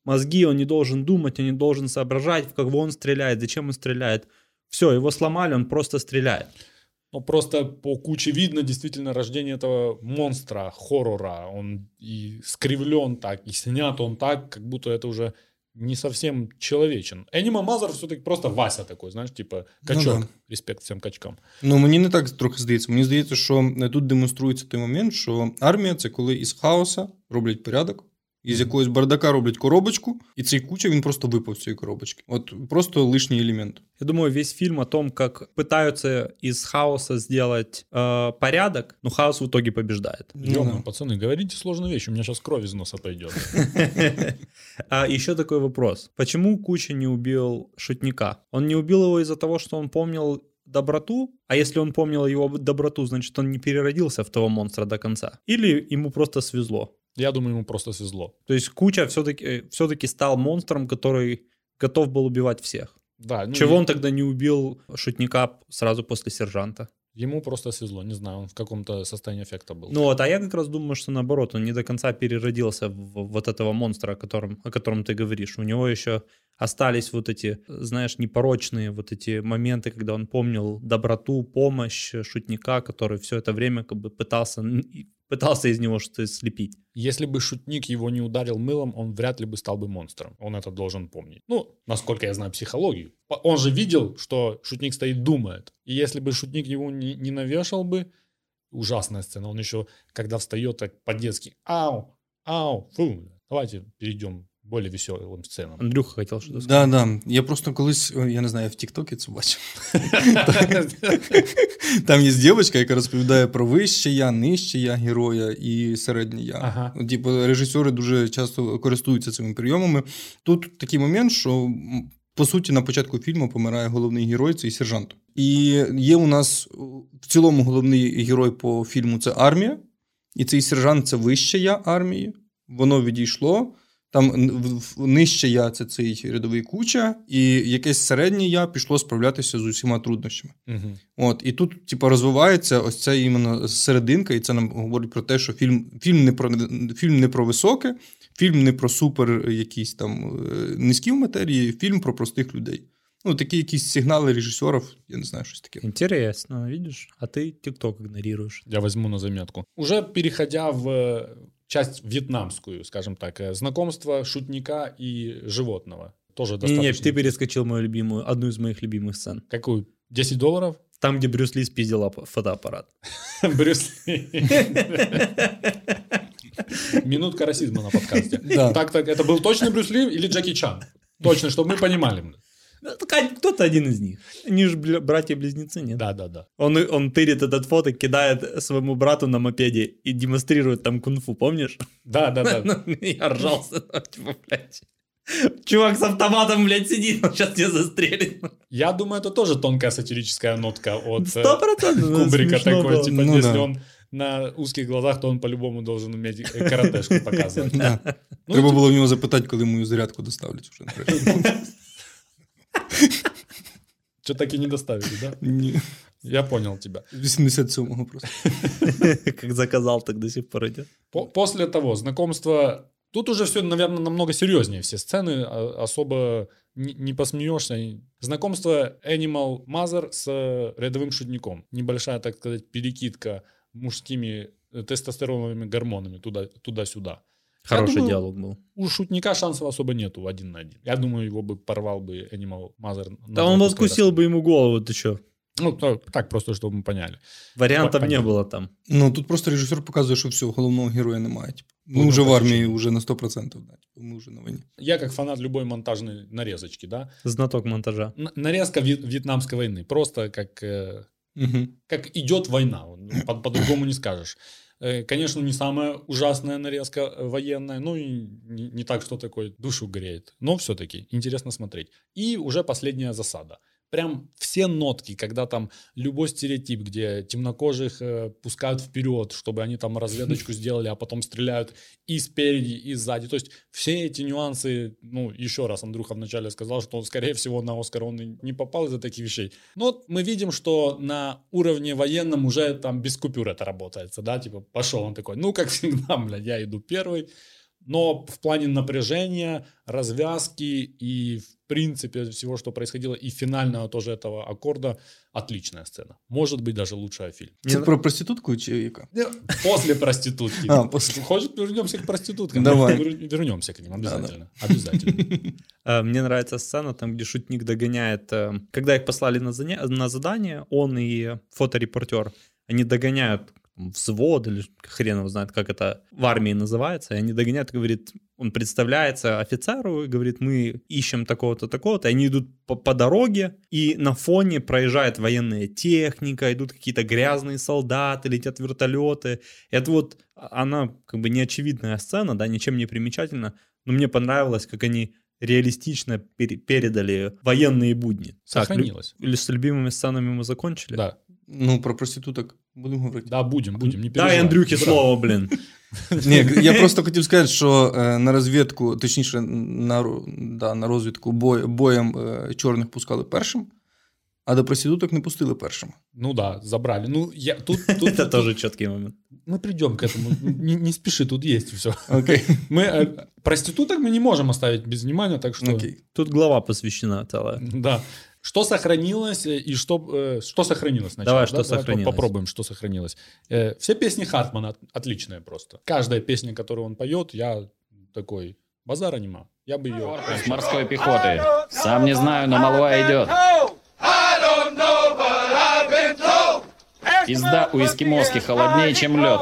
мозги, он не должен думать, он не должен соображать, в кого он стреляет, зачем он стреляет. Все, его сломали, он просто стреляет. Ну, просто по куче видно действительно рождение этого монстра, хоррора. Он и скривлен так, и снят он так, как будто это уже не совсем человечен. Animal Mother все-таки просто Вася такой, знаєш, типа качок. Ну, да. Респект всім качкам. Ну, мені не так трохи здається. Мені здається, що тут демонструється той момент, що армія – це коли із хаоса роблять порядок, із якогось бардака роблять коробочку, і цей куча, він просто випав з цієї коробочки. От просто лишній елемент. Я думаю, весь фильм о том, как пытаются из хаоса сделать порядок, но хаос в итоге побеждает. Ёма, пацаны, говорите сложную вещь, у меня сейчас кровь из носа пойдет. А еще такой вопрос. Почему Куча не убил шутника? Он не убил его из-за того, что он помнил доброту? А если он помнил его доброту, значит, он не переродился в того монстра до конца? Или ему просто свезло? Я думаю, ему просто свезло. То есть Куча все-таки стал монстром, который готов был убивать всех. Да, ну Чего он тогда не убил шутника сразу после сержанта? Ему просто свезло, не знаю, он в каком-то состоянии эффекта был. Ну вот, а я как раз думаю, что наоборот, он не до конца переродился в вот этого монстра, о котором ты говоришь. У него еще остались вот эти, знаешь, непорочные вот эти моменты, когда он помнил доброту, помощь шутника, который все это время как бы пытался из него что-то слепить. Если бы шутник его не ударил мылом, он вряд ли бы стал бы монстром. Он это должен помнить. Ну, насколько я знаю психологию. Он же видел, что шутник стоит, думает. И если бы шутник его не навешал бы, ужасная сцена. Он еще, когда встает, так по-детски, ау, фу, давайте перейдем к более веселым сценам. Андрюха хотел что-то сказать. Да. Я просто колись, я не знаю, я в Тіктокі це бачив. Там є дівчинка, яка розповідає про вище я, нижче я героя і середнє я. Ага. Типу, режисери дуже часто користуються цими прийомами. Тут такий момент, що по суті на початку фільму помирає головний герой, цей сержант. І є у нас в цілому головний герой по фільму – це армія. І цей сержант – це вище я армії. Воно відійшло. Там нижче я – це цей рядовий Куча, і якесь середнє я пішло справлятися з усіма труднощами. Угу. От, і тут типу, розвивається ось ця іменно серединка, і це нам говорить про те, що фільм не про високе, фільм не про супер якісь там низькі в матерії, фільм про простих людей. Ну, такі якісь сигнали режисерів, я не знаю, щось таке. Интересно, видишь? А ты ТикТок игнорируешь. Я возьму на заметку. Уже переходя в часть вьетнамскую, скажем так, знакомство шутника и животного. Тоже достаточно. Нет, ты перескочил одну из моих любимых сцен. Какую? $10? Там, где Брюс Ли спиздил фотоаппарат. Брюс Ли. Минутка расизма на подкасте. Так, это был точно Брюс Ли или Джеки Чан? Точно, чтобы мы понимали. Кто-то один из них. Они же братья-близнецы, нет? Да. Он тырит этот фото, кидает своему брату на мопеде и демонстрирует там кунг-фу, помнишь? Да. Я ржался, типа, блядь. Чувак с автоматом, блядь, сидит, он сейчас тебя застрелит. Я думаю, это тоже тонкая сатирическая нотка от 100% Кубрика такой, было. типа, если он на узких глазах, то он по-любому должен уметь каратешку показывать. Треба було в нього запитати, коли мою зарядку доставлять уже. Что так и не доставили, да? Ні. Я понял тебя. 87-го просто. Как заказал, так до сих пор идет. После того знакомства... Тут уже все, наверное, намного серьезнее. Все сцены, особо не посмеешься. Знакомство Animal Mother с рядовым шутником. Небольшая, так сказать, перекидка мужскими тестостероновыми гормонами туда-сюда. Хороший диалог был. У шутника шансов особо нету 1 на 1. Я думаю, его бы порвал бы Animal Mother. Да он откусил бы ему голову, ты что? Ну, так просто, чтобы мы поняли. Вариантов не было там. Ну, тут просто режисер показує, що все, головного героя немає. Ми вже в армії, вже на 100%. Да. Ми вже на війні. Я как фанат любой монтажной нарезочки, да? Знаток монтажа. Нарезка вьетнамской войны. Просто как идет война. По-другому не скажешь. Конечно, не самая ужасная нарезка военная, ну и не так, что такое душу греет. Но все-таки интересно смотреть. И уже последняя засада. Прям все нотки, когда там любой стереотип, где темнокожих пускают вперед, чтобы они там разведочку сделали, а потом стреляют и спереди, и сзади. То есть все эти нюансы, ну, еще раз Андрюха вначале сказал, что, скорее всего, на Оскар он не попал из-за таких вещей. Но мы видим, что на уровне военном уже там без купюр это работается, да, типа пошел он такой, ну, как всегда, блядь, я иду первый. Но в плане напряжения, развязки и, в принципе, всего, что происходило, и финального тоже этого аккорда, отличная сцена. Может быть, даже лучшая фильм. Це про проститутку чи яка? После проститутки. После. Хочешь, вернемся к проституткам? Давай. Вернемся к ним обязательно. Обязательно. Мне нравится сцена, там, где шутник догоняет, когда их послали на задание, он и фоторепортер, они догоняют взвод, или хрен его знает, как это в армии называется, и они догоняют, говорит, он представляется офицеру и говорит, мы ищем такого-то, такого-то, и они идут по дороге, и на фоне проезжает военная техника, идут какие-то грязные солдаты, летят вертолеты. Это вот, она как бы неочевидная сцена, да, ничем не примечательна, но мне понравилось, как они реалистично передали военные будни. Сохранилось. Так, с любимыми сценами мы закончили? Да. Ну, про проституток будемо говорити. Да, будем, не переживай. Дай Андрюхі слово, блін. Ні, я просто хотів сказати, що на розвідку, точніше, на розвідку боєм чорних пускали першим, а до проституток не пустили першим. Ну да, забрали. Ну, Это тоже четкий момент. Мы придем к этому. Не спеши, тут есть все. Окей. Проституток мы не можем оставить без внимания, так что... Окей. Тут глава посвящена целая. Да. Что сохранилось и что сохранилось сначала? Давай, что сохранилось. Попробуем, что сохранилось. Все песни Хартмана отличные просто. Каждая песня, которую он поет, я такой, базара нема. Я бы ее... Корпус морской пехоты. Сам не знаю, но молва идет. Пизда у эскимоски холоднее, чем лед.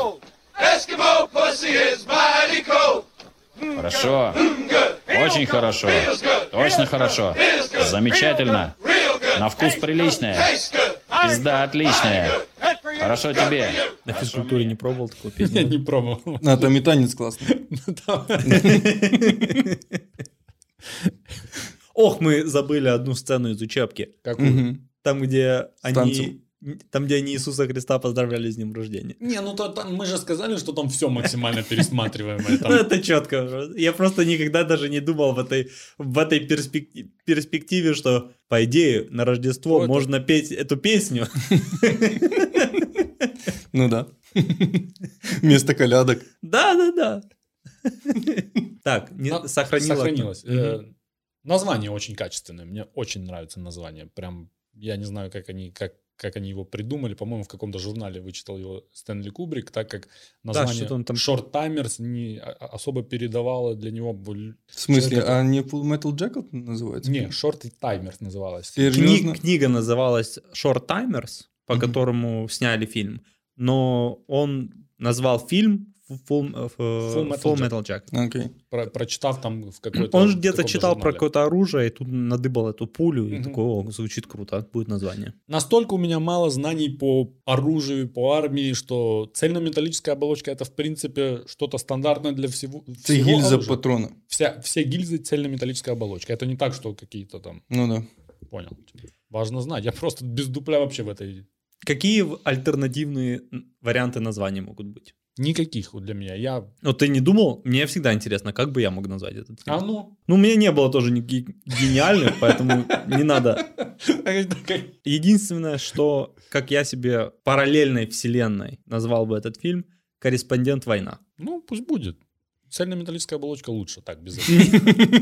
Хорошо. Очень хорошо. Точно хорошо. Замечательно. На вкус приличная. Пизда отличная. Хорошо тебе. На физкультуре не пробовал такую песню? Я не пробовал. А, там и танец классный. Ох, мы забыли одну сцену из учебки. Какую? Там, где они Иисуса Христа поздравляли с днем рождения. Не, ну мы же сказали, что там все максимально пересматриваемое. Ну, это четко. Я просто никогда даже не думал в этой перспективе, что, по идее, на Рождество можно петь эту песню. Ну да. Вместо колядок. Да. Так, сохранилось. Название очень качественное. Мне очень нравится название. Прям, я не знаю, как они его придумали. По-моему, в каком-то журнале вычитал его Стэнли Кубрик, так как название Short Timers не особо передавало для него... В смысле, а не Full Metal Jacket называется? Не, Short Timers называлась. Книга называлась Short Timers, по которому сняли фильм, но он назвал фильм Full Metal Jacket. Okay. Прочитав там в какой-то... Он же где-то читал про какое-то оружие, и тут надыбал эту пулю, и такой, звучит круто, будет название. Настолько у меня мало знаний по оружию, по армии, что цельнометаллическая оболочка — это, в принципе, что-то стандартное для всего гильза патрона. Все гильзы — цельнометаллическая оболочка. Это не так, что какие-то там... Ну да. Понял. Важно знать. Я просто без дупля вообще в этой... Какие альтернативные варианты названия могут быть? Никаких для меня. Ну, ты не думал? Мне всегда интересно, как бы я мог назвать этот фильм. А ну? Ну, у меня не было тоже никаких гениальных, поэтому не надо. Единственное, что, как я себе параллельной вселенной назвал бы этот фильм, «Корреспондент. Война». Ну, пусть будет. Цельнометаллическая оболочка лучше, так, без этого.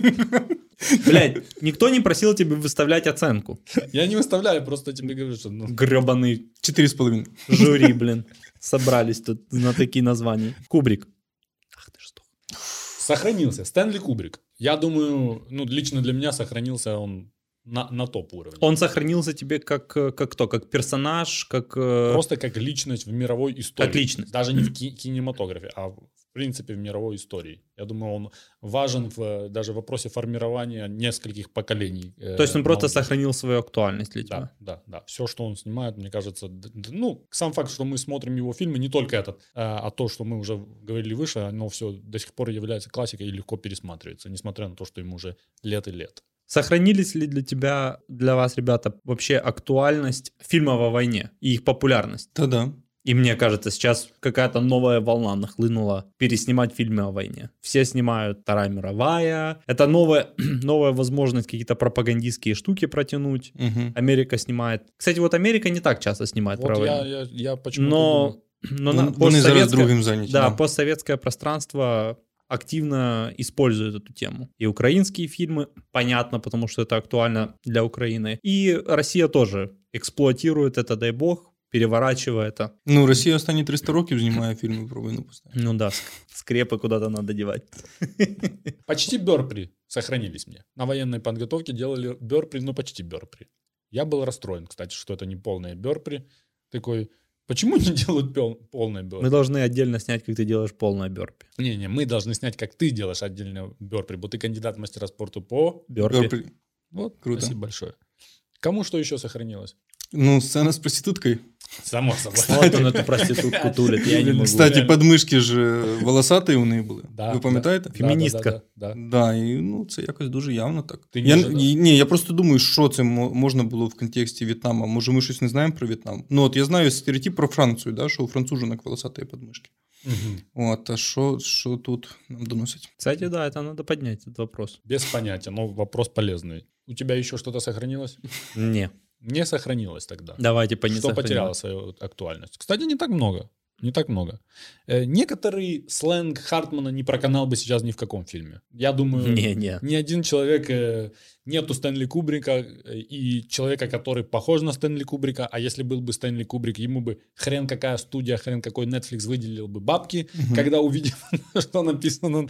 Блядь, никто не просил тебя выставлять оценку. Я не выставляю, просто тебе говорю, что... Гребаный 4,5. Жюри, блин. Собрались тут на такие названия. Кубрик. Ах ты что. Сохранился. Стэнли Кубрик. Я думаю, ну, лично для меня сохранился он на топ-уровне. Он сохранился тебе как кто? Как персонаж? Просто как личность в мировой истории. Как личность. Даже не в кинематографе, а в принципе в мировой истории. Я думаю, он важен даже в вопросе формирования нескольких поколений. То есть он просто сохранил свою актуальность для тебя? Да. Все, что он снимает, мне кажется... Ну, сам факт, что мы смотрим его фильмы, не только этот, а то, что мы уже говорили выше, оно все до сих пор является классикой и легко пересматривается, несмотря на то, что ему уже лет и лет. Сохранились ли для вас, ребята, вообще актуальность фильмов о войне и их популярность? Да. И мне кажется, сейчас какая-то новая волна нахлынула переснимать фильмы о войне. Все снимают Вторая мировая. Это новая возможность какие-то пропагандистские штуки протянуть. Угу. Америка снимает. Кстати, вот Америка не так часто снимает вот про войну. Я почему-то Но вони зараз другим заняті. Да, постсоветское пространство активно используют эту тему. И украинские фильмы, понятно, потому что это актуально для Украины. И Россия тоже эксплуатирует это, дай бог, переворачивая это. Ну, Росія останні 300 років знімає фільми про війну постійно. Ну да, скрепы куда-то надо девать. Почти бёрпри сохранились мне. На военной подготовке делали бёрпри, ну почти бёрпри. Я был расстроен, кстати, что это не полное бёрпри. Такой, почему не делают полное бёрпри? Мы должны отдельно снять, как ты делаешь полное бёрпи. Не, мы должны снять, как ты делаешь отдельно бёрпри, бо ты кандидат в мастера спорта по Бёрпи. Вот, Круто. Спасибо большое. Кому что еще сохранилось? Ну, сцена з проституткою. Само собой. Вот он эту проститутку тулит, я не могу. Кстати, подмишки ж волосаті у неї були. Да, Ви пам'ятаєте? да. Феміністка. Да. Да, і ну, це якось дуже явно так. Ти не Я, ожидав? я просто думаю, що це можна було в контексті В'єтнама. Може, ми щось не знаємо про В'єтнам? Ну, от я знаю стереотип про Францію, да, що у француженок волосаті подмишки. От, а що тут нам доносять? Кстати, да, это надо поднять, этот вопрос. Без понятия, но вопрос полезный. У тебя еще что-то сохранилось? Не. Не сохранилось тогда. Давайте по Что потеряло свою актуальность? Кстати, не так много. Не так много. Некоторый сленг Хартмана не проканал бы сейчас ни в каком фильме. Я думаю, Не. ни один человек, нету Стэнли Кубрика и человека, который похож на Стэнли Кубрика, а если был бы Стэнли Кубрик, ему бы хрен какая студия, хрен какой Netflix выделил бы бабки, когда увидел, что написано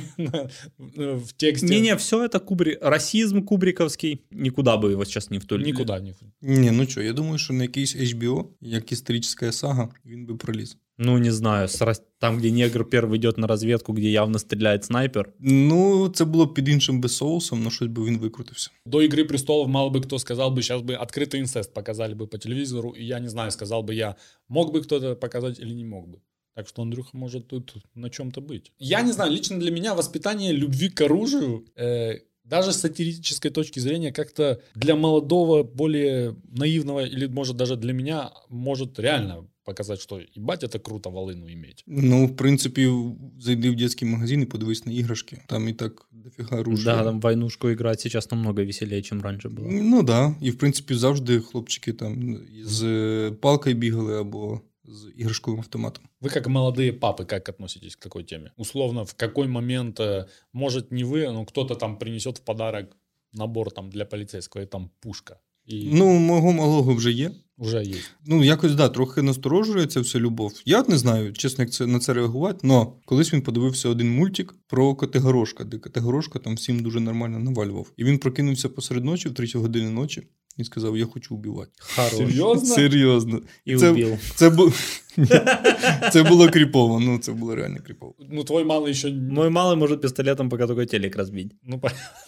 в тексте. Не, все это Кубрик, расизм кубриковский, никуда бы его сейчас не втулили. Никуда. Ні, ну що, я думаю, що на якийсь HBO, як історична сага, він би проліз. Ну, не знаю, там, где негр первый идет на разведку, где явно стреляет снайпер. Ну, це було б під іншим би соусом, але щось би він викрутився. До «Игры престолов» мало бы кто сказал бы, сейчас бы открытый инцест показали бы по телевизору, и я не знаю, сказал бы я, мог бы кто-то показать или не мог бы. Так что Андрюха может тут на чем-то быть. Я не знаю, лично для меня воспитание любви к оружию, даже с сатирической точки зрения, как-то для молодого, более наивного, или может даже для меня, может реально показать, что ебать, это круто волыну иметь. Ну, в принципі, зайди в детский магазин і подивись на іграшки. Там і так дофіга оружия. Да, там в войнушку играть сейчас намного веселее, чем раньше было. Ну да, і в принципі завжди хлопчики там з палкою бігали або з іграшковим автоматом. Вы как молодые папы, как относитесь к такой теме? Условно, в какой момент, может не вы, но кто-то там принесет в подарок набор там для полицейского, и там пушка. І... Ну, мого малого вже є. Уже є. Ну, якось, да, трохи насторожує ця вся любов. Я от не знаю, чесно, як на це реагувати, але колись він подивився один мультик про Котигорошка, де Котигорошка там всім дуже нормально навалював. І він прокинувся посеред ночі, в 3 години ночі, і сказав, я хочу вбивати. Серйозно? Серйозно. І вбив. Це було кріпово, ну, це було реально кріпово. Ну, твой малый еще... Мой малый может пистолетом пока только телек разбить. Ну,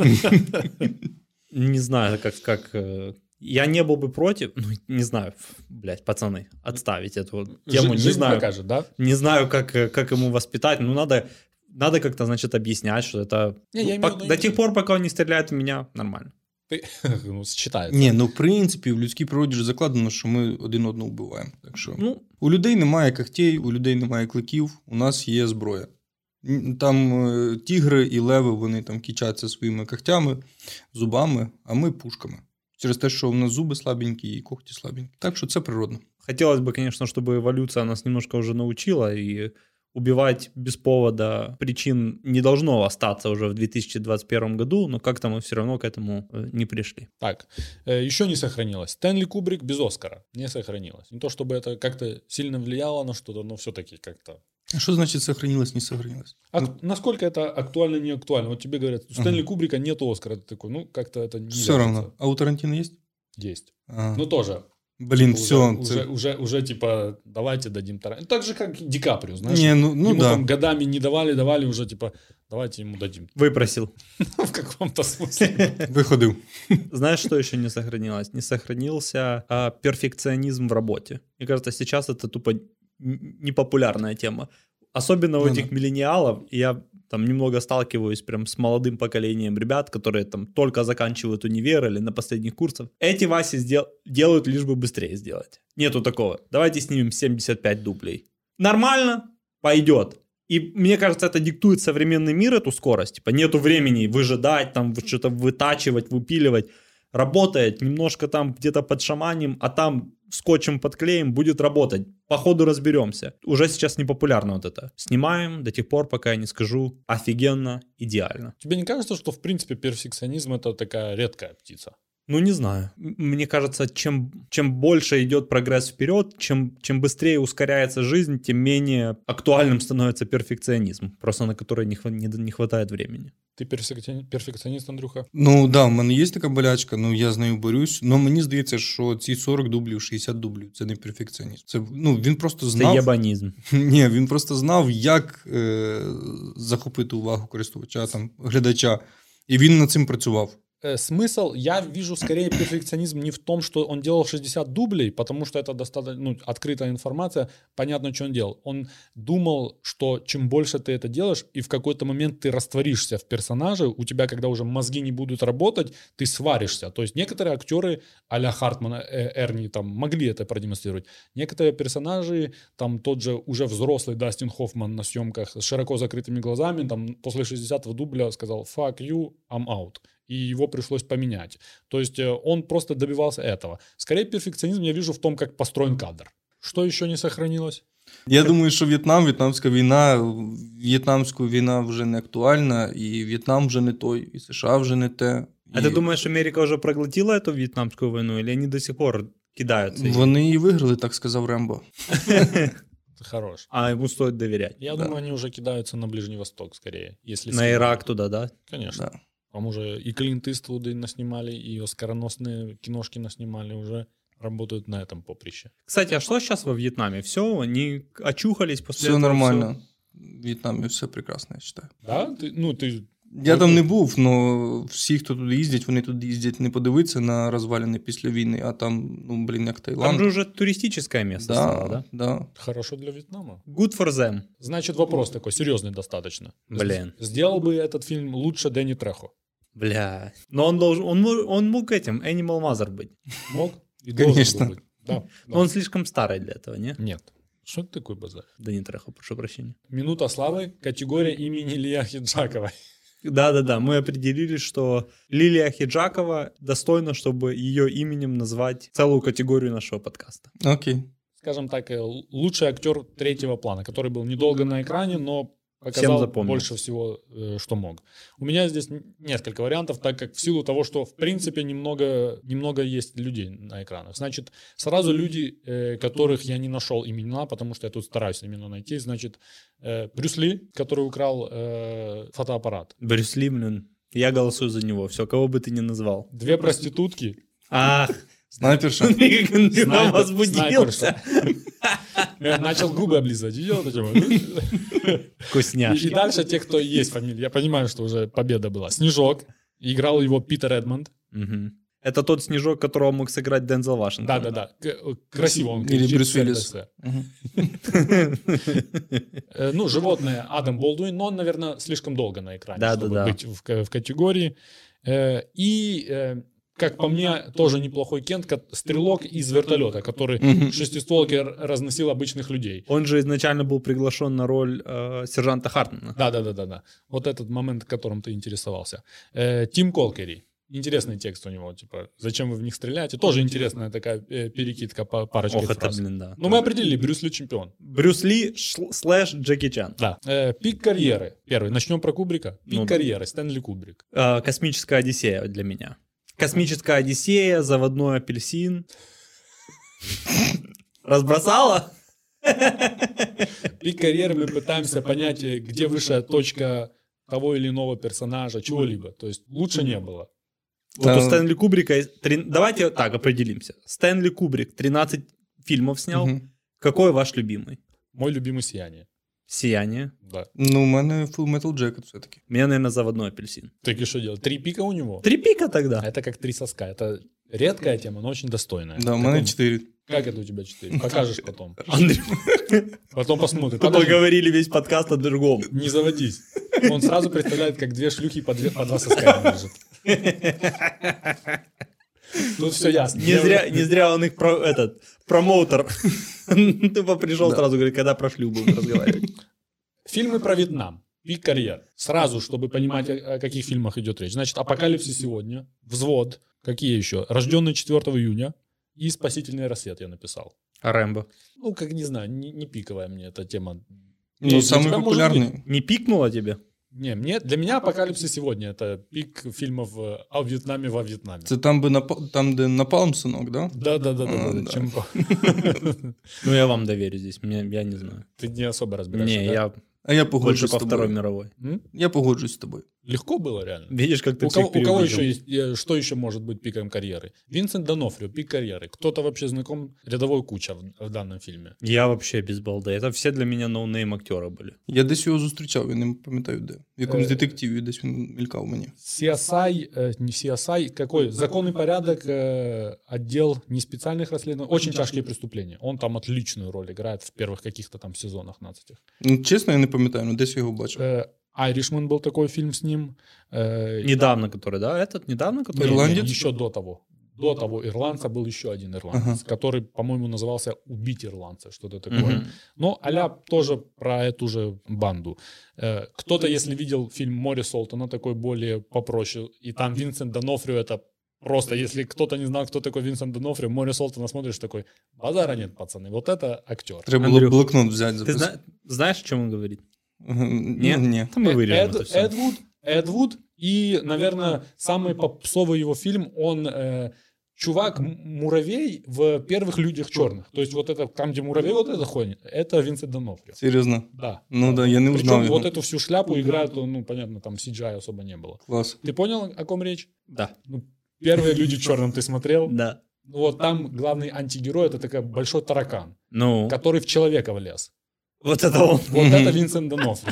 не знаю, как... Я не был бы против, ну, не знаю, блядь, пацаны, отставить эту тему, не знаю. Покажет, да? Не знаю, как ему воспитать, но надо как-то, значит, объяснять, что это... До тех пор, пока он не стреляет в меня, нормально. Ну, считается. Ні, ну, в принципі, в людській природі ж закладено, що ми один одного вбиваємо. Так що, у людей немає когтей, у людей немає кликів, у нас є зброя. Там тігри і леви, вони там кичаться своїми когтями, зубами, а ми пушками. Через те, що у нас зуби слабенькі і когті слабенькі. Так що це природно. Хотелось бы, конечно, чтобы эволюция нас немножко уже научила, и убивать без повода причин не должно остаться уже в 2021 году, но как-то мы все равно к этому не пришли. Так, еще не сохранилось. Стэнли Кубрик без Оскара не сохранилось. Не то, чтобы это как-то сильно влияло на что-то, но все-таки как-то... А что значит сохранилось, не сохранилось? Насколько это актуально, не актуально? Вот тебе говорят, у Стэнли Кубрика нет Оскара. Ты такой, ну, как-то это не... Все равно. А у Тарантино есть? Есть. Ну, тоже. Блин, типа, все. Уже типа, давайте дадим Тарантино. Так же, как и Ди Каприо, знаешь. Не, ну ему да. там годами не давали уже, типа, давайте ему дадим. Выпросил. В каком-то смысле. Выходил. Знаешь, что еще не сохранилось? Не сохранился перфекционизм в работе. Мне кажется, сейчас это тупо непопулярная тема. Особенно у этих миллениалов. Я там немного сталкиваюсь прям с молодым поколением ребят, которые там только заканчивают универ или на последних курсах. Эти Васи делают лишь бы быстрее сделать. Нету такого. Давайте снимем 75 дублей. Нормально? Пойдет. И мне кажется, это диктует современный мир, эту скорость. Типа нету времени выжидать, там что-то вытачивать, выпиливать. работает, немножко там где-то подшаманим, а там скотчем подклеим, будет работать. По ходу разберемся. Уже сейчас не популярно вот это. Снимаем до тех пор, пока я не скажу офигенно, идеально. Тебе не кажется, что в принципе перфекционизм это такая редкая птица? Ну, не знаю. Мне кажется, чем больше идет прогресс вперед, чем быстрее ускоряется жизнь, тем менее актуальным становится перфекционизм, просто на который не хватает времени. Ти перфекціоніст, Андрюха? Ну, да, в мене є така болячка, ну, я з нею борюсь, але мені здається, що ці 40 дублів, 60 дублів – це не перфекціонізм. Це, ну, він просто знав... Це єбанізм. Ні, він просто знав, як захопити увагу користувача, там, глядача, і він над цим працював. Смысл, я вижу скорее перфекционизм не в том, что он делал 60 дублей, потому что это достаточно открытая информация, понятно, что он делал. Он думал, что чем больше ты это делаешь, и в какой-то момент ты растворишься в персонаже, у тебя, когда уже мозги не будут работать, ты сваришься. То есть некоторые актеры а-ля Хартмана, Эрни там могли это продемонстрировать. Некоторые персонажи, там тот же уже взрослый Дастин Хоффман на съемках с широко закрытыми глазами, там после 60-го дубля сказал «fuck you, I'm out». И его пришлось поменять. То есть он просто добивался этого. Скорее перфекционизм я вижу в том, как построен кадр. Что еще не сохранилось? Я думаю, що в'єтнамська війна вже не актуальна, і В'єтнам вже не той, і США вже не те. А ти думаєш, Америка вже проглотила цю в'єтнамську війну, чи вони до сих пор кидаються? Вони її виграли, так сказав Рембо. Хорош. А ему стоит доверять. Я думаю, они уже кидаются на Ближний Восток скорее. Если на Ирак туда, да? Конечно. Да. Там уже и Клинт Иствуды наснимали, и оскароносные киношки наснимали, уже работают на этом поприще. Кстати, а что сейчас во Вьетнаме? Все, они очухались после этого? Все нормально. В В'єтнамі все прекрасно, я вважаю. Да? Я там не був, але всі, хто туди їздять, вони туди їздять не подивитися на розвалини після війни, а там, як Таїланд. Там же уже туристическое место стало, да? Да. Хорошо для Вьетнама. Good for them. Значит, вопрос такой, серьезный достаточно. Блин. Сделал бы этот фильм лучше Дэнни Трехо? Бля. Но он мог этим, Animal Mother быть. Мог? И конечно. Быть. Да. Но он слишком старый для этого, не? Нет. Что это такое базар? Дэнни Трехо, прошу прощения. Минута славы, категория имени Лия Хиджаковой. Да, мы определили, что Лилия Хиджакова достойна, чтобы ее именем назвать целую категорию нашего подкаста. Окей. Скажем так, лучший актер третьего плана, который был недолго на экране, но показал больше всего, что мог. У меня здесь несколько вариантов, так как в силу того, что в принципе немного есть людей на экранах. Значит, сразу люди, которых я не нашел имена, потому что я тут стараюсь именно найти. Значит, Брюс Ли, который украл фотоаппарат. Брюс Ли, блин, я голосую за него. Все, кого бы ты ни назвал. 2 проститутки. Снайперша. Снайпер возбудился. Начал губы облизывать. Вкусняшки. И дальше те, кто есть фамилия. Я понимаю, что уже победа была. Снежок. Играл его Питер Эдмонд. Угу. Это тот Снежок, которого мог сыграть Дензел Вашингтон. Да. Красиво он кричит. Или Брюс Уиллис. Ну, животное Адам Болдуин, но он, наверное, слишком долго на экране, чтобы быть в категории. И... как по мне, тоже неплохой Кент, стрелок из вертолета, который шестистволки разносил обычных людей. Он же изначально был приглашен на роль сержанта Хартмана. Да. Вот этот момент, которым ты интересовался. Тим Колкери. Интересный текст у него, типа, зачем вы в них стреляете? Тоже интересная такая перекидка по парочке фраз. Да. Но мы определили, Брюс Ли чемпион. Брюс Ли слэш Джеки Чан. Да. Пик карьеры. Первый. Начнем про Кубрика. Пик карьеры. Стэнли Кубрик. Космическая Одиссея для меня. Космическая Одиссея, заводной апельсин. Разбросала? Пик карьеры мы пытаемся понять, где высшая точка того или иного персонажа, чего-либо. То есть лучше не было. Вот у Стэнли Кубрика... Давайте так определимся. Стэнли Кубрик 13 фильмов снял. Какой ваш любимый? Мой любимый «Сияние». «Сияние». Да. Ну, у меня Full Metal Jacket все-таки. У меня, наверное, «Заводной апельсин». Так и что делать? 3 пика у него? 3 пика тогда? Это как 3 соска. Это редкая тема, но очень достойная. Да, у меня 4. Как это у тебя 4? Покажешь потом. Андрей. Потом посмотрим. Мы говорили весь подкаст о другом. Не заводись. Он сразу представляет, как 2 шлюхи по 2 соска держат. Тут все ясно. Не зря он их промоутер. Ты пришел сразу, говорит, когда про шлюх будем разговаривать. Фильмы про Вьетнам. пик карьер. Сразу, чтобы понимать, о каких фильмах идет речь. Значит, «Апокалипсис сегодня», «Взвод», какие еще? «Рожденный 4 июня» и «Спасительный рассвет» я написал. А Рэмбо? Ну, как не знаю, не пиковая мне эта тема. Ну, Для самый тебя, может популярный. быть. Не пикнуло тебе? Не, для меня «Апокалипсис сегодня» — это пик фильмов о Вьетнаме во Вьетнаме. Це там, де напалм, синок, да? Да. да. Чем... Ну, я вам доверю здесь, я не знаю. Ты не особо разбираешься, Не, да? я А я больше погоджусь з по Второй тобою. мировой. Я погоджусь з тобою. Легко было реально? Видишь, как ты У всех кого переубедил. еще есть, что еще может быть пиком карьеры? Винсент Донофрио, пик карьеры. Кто-то вообще знаком, рядовой куча в данном фильме. Я вообще без балды. Это все для меня ноунейм актера были. Я десь його зустрічав, я не пам'ятаю де. В якомусь детективі десь він мелькав мені. CSI, не CSI, какой? Закон и порядок, отдел неспециальных расследований. Очень тяжкие преступления. Он там отличную роль играет в первых каких-то там сезонах 15-х. Ну, чесно, я не пам'ятаю, але десь я його бачив. Айришман был такой фильм с ним. Недавно который, да? Этот недавно который? Ирландец? Еще до того. До того ирландца был еще один ирландец, который, по-моему, назывался «Убить ирландца», что-то такое. Но а-ля тоже про эту же банду. Кто-то, если видел фильм «Море Солтона», такой более попроще, и там Винсент Донофрио, это просто, если кто-то не знал, кто такой Винсент Донофрио, «Море Солтона» смотришь такой, базара нет, пацаны, вот это актер. Треба було блокнот взяти. Ты знаешь, о чем он говорит? Нет? Ні. Там мы вырежем это все. Эд Вуд, и, наверное, самый попсовый его фильм, он... Чувак-муравей в «Первых людях черных». То есть вот это, там, где муравей, вот это хуйня, это Винсент Донофрио. Серйозно? Да. Ну да, я не узнал Причем его. вот эту всю шляпу играют, ну, понятно, там CGI особо не было. Класс. Ты понял, о ком речь? Да. Ну, «Первые люди в черном» ты смотрел? Да. Вот там главный антигерой — это такой большой таракан, Ну, который в человека влез. вот это он. Вот это Винсент Донофрио.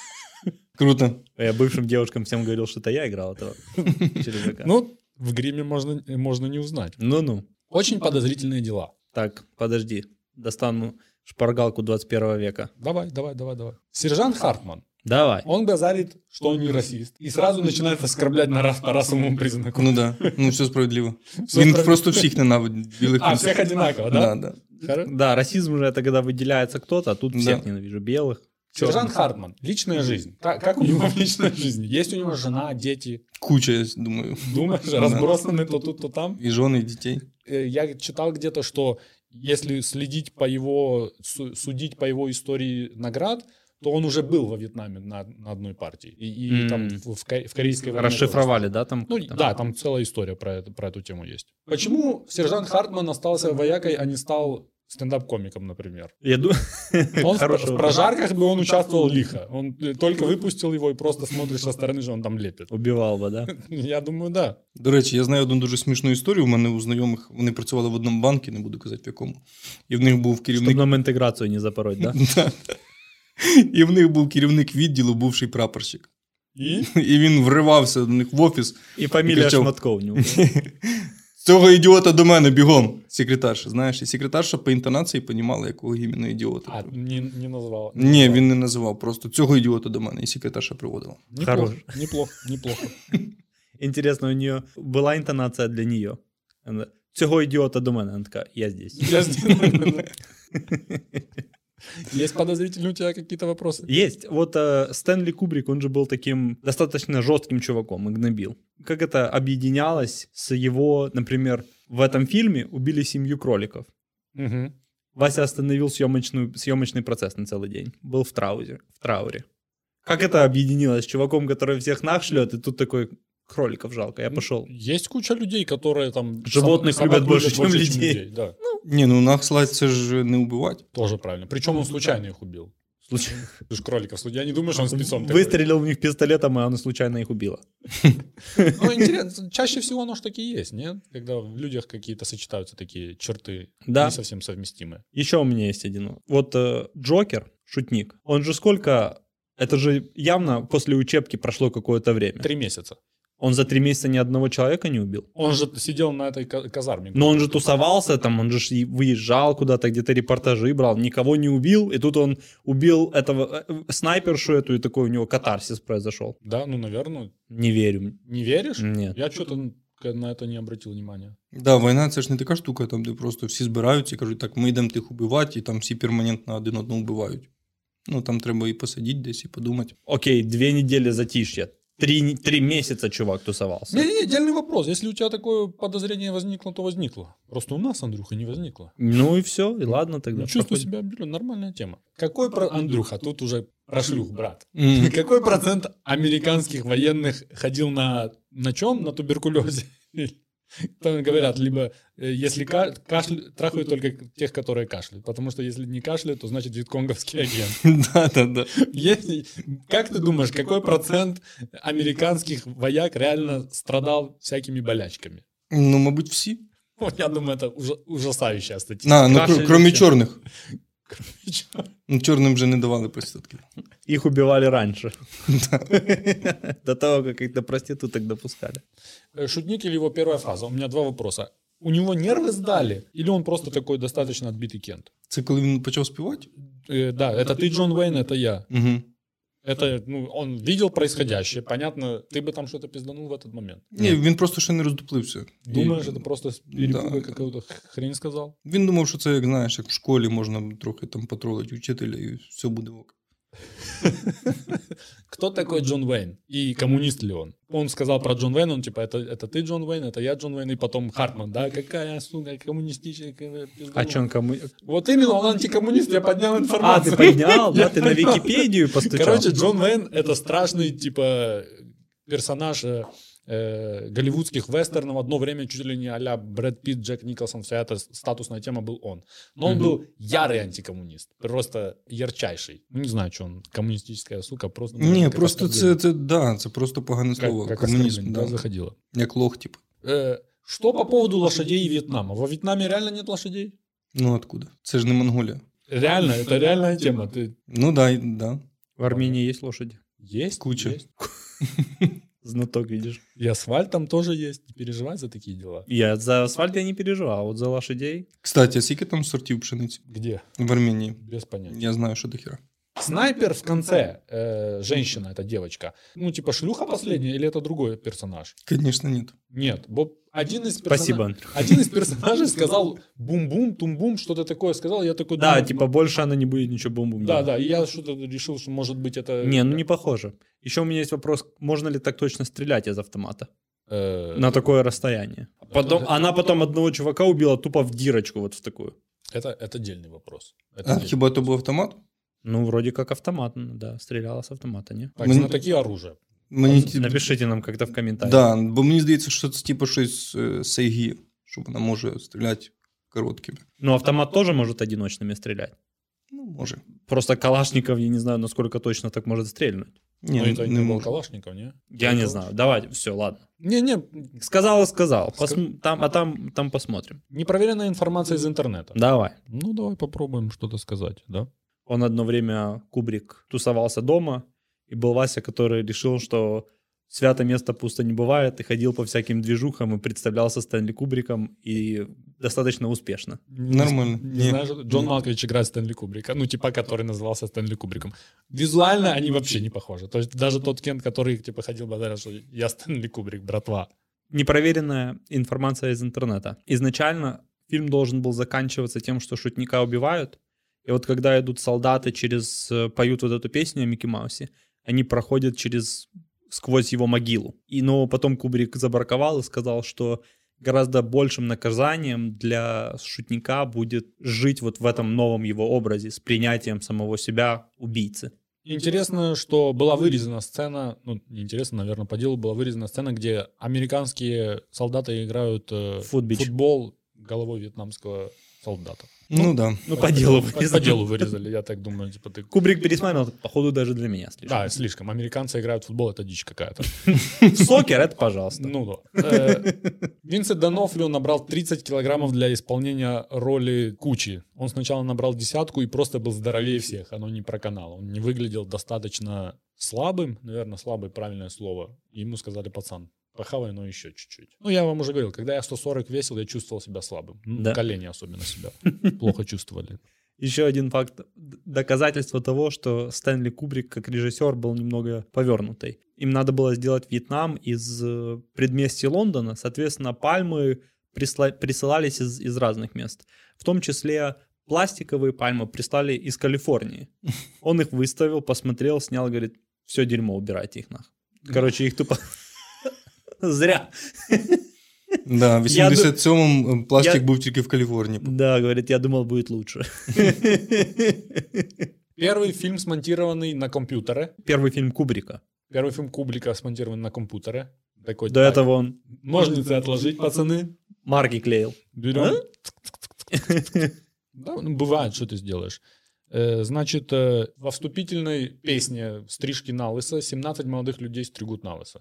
Круто. Я бывшим девушкам всем говорил, что это я играл этого червяка. Ну, в гриме можно не узнать. Ну-ну. Очень подозрительные дела. Так, подожди. Достану шпаргалку 21 века. Давай. Сержант Хартман. Давай. Он газарит, что он не расист. И сразу начинает оскорблять по расовому признаку. Ну да, ну все справедливо. Все Він справедливо. просто всіх ненавидить. Білих А, всех одинаково, да? Да. Да, расизм же это когда выделяется кто-то, а тут всех Да. ненавижу. Белых. Сержант Хартман. Личная жизнь. Как у него в личной жизни? Есть у него жена, дети? Куча, я думаю. Думаешь, разбросаны то тут, то там? І жони, і дітей. Я читал где-то, что если следить по его, судить по его истории наград, то он уже был во Вьетнаме на одной партии. И там в Корейской войне. Расшифровали, да? Там, Ну, да, там целая история про эту тему есть. Почему сержант Хартман остался воякой, а не стал стендап-комиком, например? Я думаю... Он в прожарках бы он участвовал лихо. Он только выпустил его и просто смотришь со стороны, что он там лепит. Убивал бы, да? Я думаю, да. До речі, я знаю одну дуже смішну історію. У мене у знайомих, вони працювали в одному банку, не буду казати в якому. І в них був керівник... Чтобы нам интеграцию не запороть, да? Да. І в них був керівник відділу, бувший прапорщик. І він вривався до них в офіс. И фамилия кричав, Шматко у него. цього ідіота до мене, бігом. Секретарша, знаєш. І секретарша по інтонації понімала, якого іменно ідіота. А, не назвал. Ні, він не називав, просто цього ідіота до мене. І секретарша приводила. Неплохо. Интересно, у нее была интонация для нее. Она, цього идиота до мене. Она такая, я здесь. Есть подозрительные у тебя какие-то вопросы? Есть. Вот Стэнли Кубрик, он же был таким достаточно жестким чуваком и гнобил. Как это объединялось с его, например, в этом фильме убили семью кроликов. Угу. Вася остановил съемочный процесс на целый день. Был в трауре. Как это объединилось с чуваком, который всех нах шлет, и тут такой, кроликов жалко, я пошел. Есть куча людей, которые там... Животных любят больше, чем людей. Да. Ні, ну нахслать це ж не убивать. Тоже правильно. Причем он случайно их убил. Случайно. Ты ж кроликов, я не думаю, что он спецом такой. Выстрелил в них пистолетом, и она случайно их убила. Ну, интересно, чаще всего оно ж таки есть, нет? Когда в людях какие-то сочетаются такие черты, Да. не совсем совместимые. Еще у меня есть один. Вот Джокер, шутник, он же сколько... Это же явно после учебки прошло какое-то время. 3 месяца. Он за 3 месяца ни одного человека не убил. Он же сидел на этой казарме. Но он же тусовался там, он же выезжал куда-то, где-то репортажи брал, никого не убил, и тут он убил этого снайпершу эту, и такой у него катарсис произошел. Да, ну, наверное. Не верю. Не веришь? Нет. Я что-то на это не обратил внимания. Да, війна це ж не така штука, там, де просто всі збираються і кажуть, так, ми йдемо тих убивати, і там всі перманентно один одного вбивають. Ну, там треба і посидіти десь, і подумати. Окей, 2 недели затишья. 3 месяца чувак тусовался. Не, отдельный вопрос. Если у тебя такое подозрение возникло, то возникло. Просто у нас, Андрюха, не возникло. Ну и все, и ладно тогда. Ну, чувствую себя обделен. Нормальная тема. Андрюха, тут уже про шлюх, брат. Какой процент американских военных ходил на чем? На туберкулезе? Там говорят, либо если трахают только тех, которые кашляют. Потому что если не кашляют, то значит вьетконговский агент. Да. Как ты думаешь, какой процент американских вояк реально страдал всякими болячками? Ну, мабуть, всі. Я думаю, это ужасающая статистика. Ну, кроме чорних. Ну, чорним вже не давали проститутки. Их убивали раньше. До того, как их до проституток допускали. Шутник или его первая фраза? У меня 2 вопроса. У него нервы сдали? Или он просто такой достаточно отбитый Кент? Це коли він почав співати? Да, это ты, Джон Уэйн, это я. Угу. Это, он видел происходящее. Понятно, ты бы там что-то пизданул в этот момент. Ні, він просто ще не роздуплився. Думаешь, это просто перепуга какую-то хрень сказал? Він думав, що це, як знаєш, як в школі можна трохи там потролити вчителя і все буде ок. Кто такой Джон Уэйн? И коммунист ли он? Он сказал про Джон Уэйн, он типа, это ты Джон Уэйн, это я Джон Уэйн, и потом Хартман, да? Какая, сука, коммунистическая пизда. А чё он коммунист? Вот именно, он антикоммунист, я поднял информацию. А, ты поднял? Да, ты на Википедию постучал. Короче, Джон Уэйн — это страшный, типа, персонаж голливудских вестернов. Одно время чуть ли не а-ля Брэд Питт, Джек Николсон, вся эта статусная тема был он. Но он был ярый антикоммунист, просто ярчайший. Ну, не знаю, что он, коммунистическая сука, просто... Ні, просто це просто погане слово. Как комунізм, да, заходило. Як лох, типу. Что по поводу лошадей Вьетнама? Во Вьетнаме реально нет лошадей? Ну, откуда? Це ж не Монголія. Реально, это реальная тема. Ну, да. В Армении есть лошади? Есть? Куча. Есть. Знаток, видишь. И асфальт там тоже есть. Не переживай за такие дела. Я за асфальт я не переживал, а вот за лошадей... Кстати, а скільки там сортів пшениці? Где? В Арменії. Без понятия. Я знаю, що до хера. Снайпер в конце, женщина, это девочка. Ну, типа шлюха последняя или это другой персонаж? Конечно, нет. Нет. Один из Спасибо, Андрей. Один из персонажей сказал бум-бум, тум-бум, что-то такое сказал. Я такой... Да, думаю, типа больше она не будет ничего бум-бум. Да, и я что-то решил, что может быть это... Не, ну не похоже. Еще у меня есть вопрос, можно ли так точно стрелять из автомата? На такое расстояние. Она потом одного чувака убила тупо в дырочку вот в такую. Это отдельный вопрос. Хіба то був автомат? Ну, вроде как автомат, да, стреляла с автомата, не? Так, знатоки оружия. Напишите нам как-то в комментариях. Да, бо мені здається, що це типу щось Сейгі, що вона може стріляти короткими. Ну, автомат тоже может одиночными стрелять. Ну, може. Просто Калашников, я не знаю, насколько точно так может стрельнуть. Не, ну, это не был може. Калашников, не? Я не знаю. Давайте, все, ладно. Не. Сказал. Там посмотрим. Непроверенная информация из интернета. Давай. Ну, давай попробуем что-то сказать, да? Он одно время, Кубрик, тусовался дома, и был Вася, который решил, что свято место пусто не бывает, и ходил по всяким движухам, и представлялся Стэнли Кубриком, и достаточно успешно. Нормально. Не знаю, Джон Малкович играет Стэнли Кубрика, ну, типа, который назывался Стэнли Кубриком. Визуально они вообще не похожи. То есть даже тот Кент, который, типа, ходил бы, что я Стэнли Кубрик, братва. Непроверенная информация из интернета. Изначально фильм должен был заканчиваться тем, что шутника убивают, и вот когда идут солдаты поют вот эту песню о Микки Маусе, они проходят сквозь его могилу. Но потом Кубрик забраковал и сказал, что гораздо большим наказанием для шутника будет жить вот в этом новом его образе с принятием самого себя убийцы. Интересно, что была вырезана сцена, ну, неинтересно, наверное, по делу была вырезана сцена, где американские солдаты играют футбол головой вьетнамского солдата. Ну да. Ну, по делу вырезали. По делу вырезали, я так думаю. Типа, ты... Кубрик пересмотрел, походу, даже для меня слишком. Да, слишком. Американцы играют в футбол, это дичь какая-то. Сокер, это пожалуйста. Ну да. Винсент Донофрио набрал 30 килограммов для исполнения роли Кучи. Он сначала набрал 10 и просто был здоровее всех. Оно не проканало. Он не выглядел достаточно слабым, наверное, слабый правильное слово. И ему сказали: пацан, похавай, но еще чуть-чуть. Ну, я вам уже говорил, когда я 140 весил, я чувствовал себя слабым. Да. Колени особенно себя плохо чувствовали. Еще один факт. Доказательство того, что Стэнли Кубрик как режиссер был немного повернутый. Им надо было сделать Вьетнам из предместья Лондона. Соответственно, пальмы присылались из разных мест. В том числе пластиковые пальмы прислали из Калифорнии. Он их выставил, посмотрел, снял, говорит, все дерьмо, убирайте их нахуй. Короче, их тупо... Зря. Да, в 87-му пластик був тільки в Каліфорнії. Да, говорит, я думал, будет лучше. Первый фильм, смонтированный на компьютере. Первый фильм Кубрика. Первый фильм Кубрика смонтирован на компьютере. Такой, До этого он... Ножницы отложить, пацаны. Марки клеил. Берем. Да, ну, бывает, что ты сделаешь. Значит, во вступительной песне «Стрижки на лысо» 17 молодых людей стригут на лысо.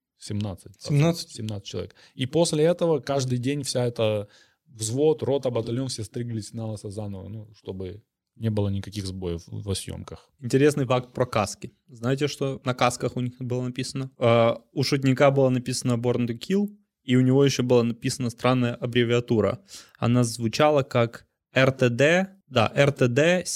17 человек. И после этого каждый день вся эта взвод, рота, батальон все стриглись на лысо заново, ну, чтобы не было никаких сбоев во съемках. Интересный факт про каски. Знаете, что на касках у них было написано? У шутника было написано «Born to Kill», и у него еще была написана странная аббревиатура. Она звучала как РТД, да, РТД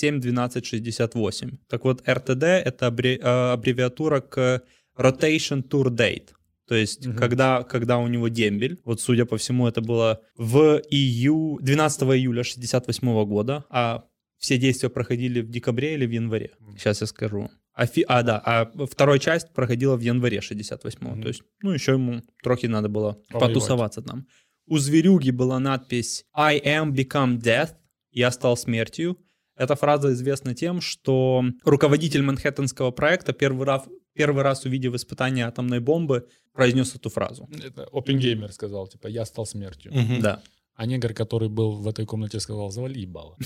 71268. Так вот, РТД — это аббревиатура к Rotation Tour Date. То есть, когда у него дембель, вот судя по всему, это было в 12 июля 68 года, а все действия проходили в декабре или в январе. Сейчас я скажу. А вторая часть проходила в январе 68-го. То есть, ну, еще ему трохи надо было потусоваться там. У зверюги была надпись «I am become death», «Я стал смертью». Эта фраза известна тем, что руководитель Манхэттенского проекта первый раз, увидев испытание атомной бомбы, произнес эту фразу. Это Оппенгеймер сказал, типа, «Я стал смертью». Да. А негр, который был в этой комнате, сказал, «Завали ебало».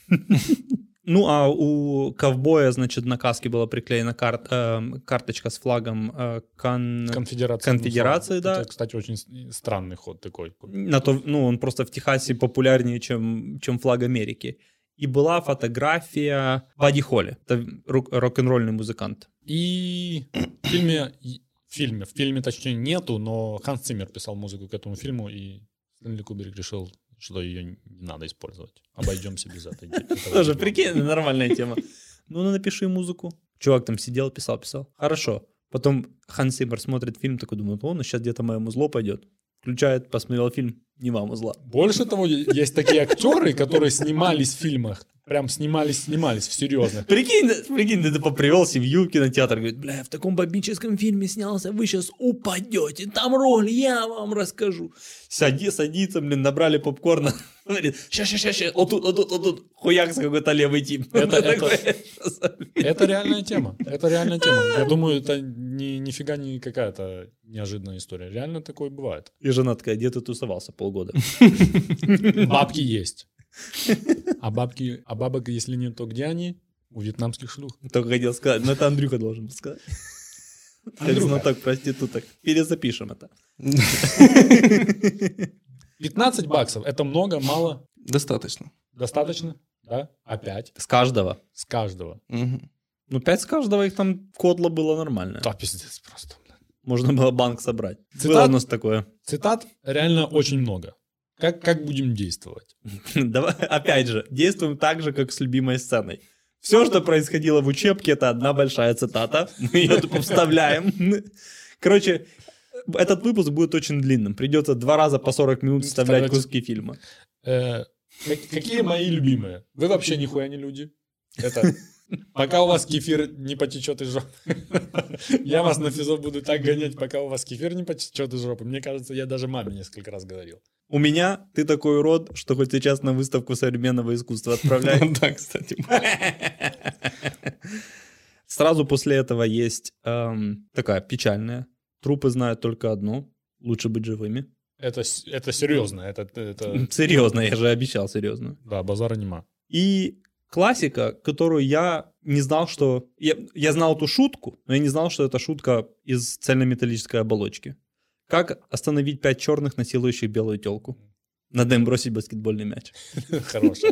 Ну, а у ковбоя, значит, на каске была приклеена карточка с флагом конфедерации, да. Это, кстати, очень странный ход такой. Он просто в Техасе популярнее, чем флаг Америки. И была фотография Бадди Холли, это рок-н-ролльный музыкант. И в фильме точнее нету, но Ханс Циммер писал музыку к этому фильму, и Стэнли Кубрик решил, что ее не надо использовать. Обойдемся без этой. Тоже, прикинь, нормальная тема. Ну, напиши музыку. Чувак там сидел, писал. Хорошо. Потом Ханс Циммер смотрит фильм, такой думает, сейчас где-то мое музло пойдет. Включает, посмотрел фильм, не вам музла. Больше того, есть такие актеры, которые снимались в фильмах. Прям снимались в серьезных. Прикинь, ты привел семью в кинотеатр, говорит, бля, в таком бомбическом фильме снялся, вы сейчас упадете, там роль, я вам расскажу. Садится, блин, набрали попкорна, говорит, ща, вот тут, хуякс какой-то левый тип. Это реальная тема, Я думаю, это нифига не какая-то неожиданная история. Реально такое бывает. И жена такая, где ты тусовался полгода? Бабки есть. А бабок, если нет, то где они? У вьетнамских шлюх. Только хотел сказать, но это Андрюха должен был сказать. Как знаток проституток. Перезапишем это. $15 это много, мало? Достаточно. Достаточно? Да? Опять? С каждого. Угу. Ну, 5 с каждого, их там кодло было нормально. Да, пиздец просто. Можно было банк собрать. Было у нас такое. Цитат реально очень много. Как будем действовать? Давай, опять же, действуем так же, как с любимой сценой. Все, что происходило в учебке, это одна большая цитата. Мы ее тупо вставляем. Короче, этот выпуск будет очень длинным. Придется 2 раза по 40 минут вставлять куски фильма. Какие мои любимые? Вы вообще нихуя не люди. Это... Пока у вас кефир не потечет из жопы. Я вас на физо буду так гонять, пока у вас кефир не потечет из жопы. Мне кажется, я даже маме несколько раз говорил. У меня ты такой урод, что хоть сейчас на выставку современного искусства отправляй. Да, кстати. Сразу после этого есть такая печальная. Трупы знают только одно. Лучше быть живыми. Это серьезно. Серьезно, я же обещал серьезно. Да, базара нема. И классика, которую я не знал, что... Я знал эту шутку, но я не знал, что это шутка из цельнометаллической оболочки. Как остановить 5 черных, насилующих белую телку? Надо им бросить баскетбольный мяч. Хорошая.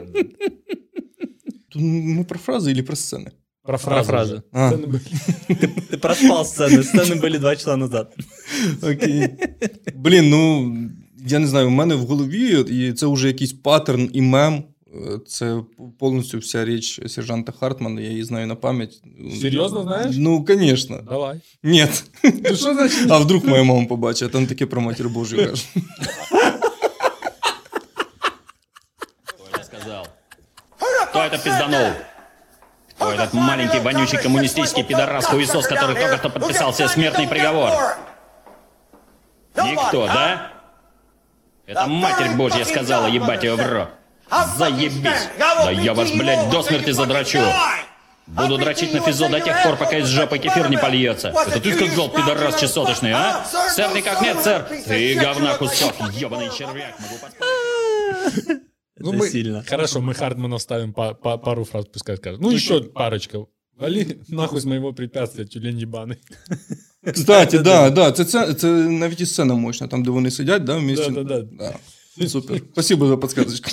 Мы про фразы или про сцены? Про фразы. Ты проспал сцены. Сцены были 2 часа назад. Окей. Блін, я не знаю, у мене в голові, і це вже якийсь паттерн і мем. Це повністю вся річ сержанта Хартмана, я її знаю на пам'ять. Серйозно знаєш? Ну, звісно. Давай. Ні. Ну, що значить? А вдруг моя мама побачить, а там таке про матір Божу каже. Сказал. Кто это пизданул? Кто этот маленький, вонючий, коммунистический пидорас-хуесос, который только что подписал себе смертный приговор? Никто, да? Это Матерь Божья сказала, ебать его в рот. Заебись. Да я вас, блядь, до смерти задрачу. Буду дрочить на физо до тех пор, пока из жопы кефир не польется. Это ты сказал, пидорас чесоточный, а? Сэр, никак нет, сэр. Ты говна кусок, ебаный червяк. Могу поспорить. Ну, Это мы, сильно. Хорошо, мы Хартмана вставим пару фраз, пускай скажет. Ну, еще парочка. Вали нахуй з моєго препятствия, тюлень єбаний. Кстати, да, це навіть і сцена мощна, там, де вони сидять, да, вместе. Да. Супер. Спасибо за подсказочку.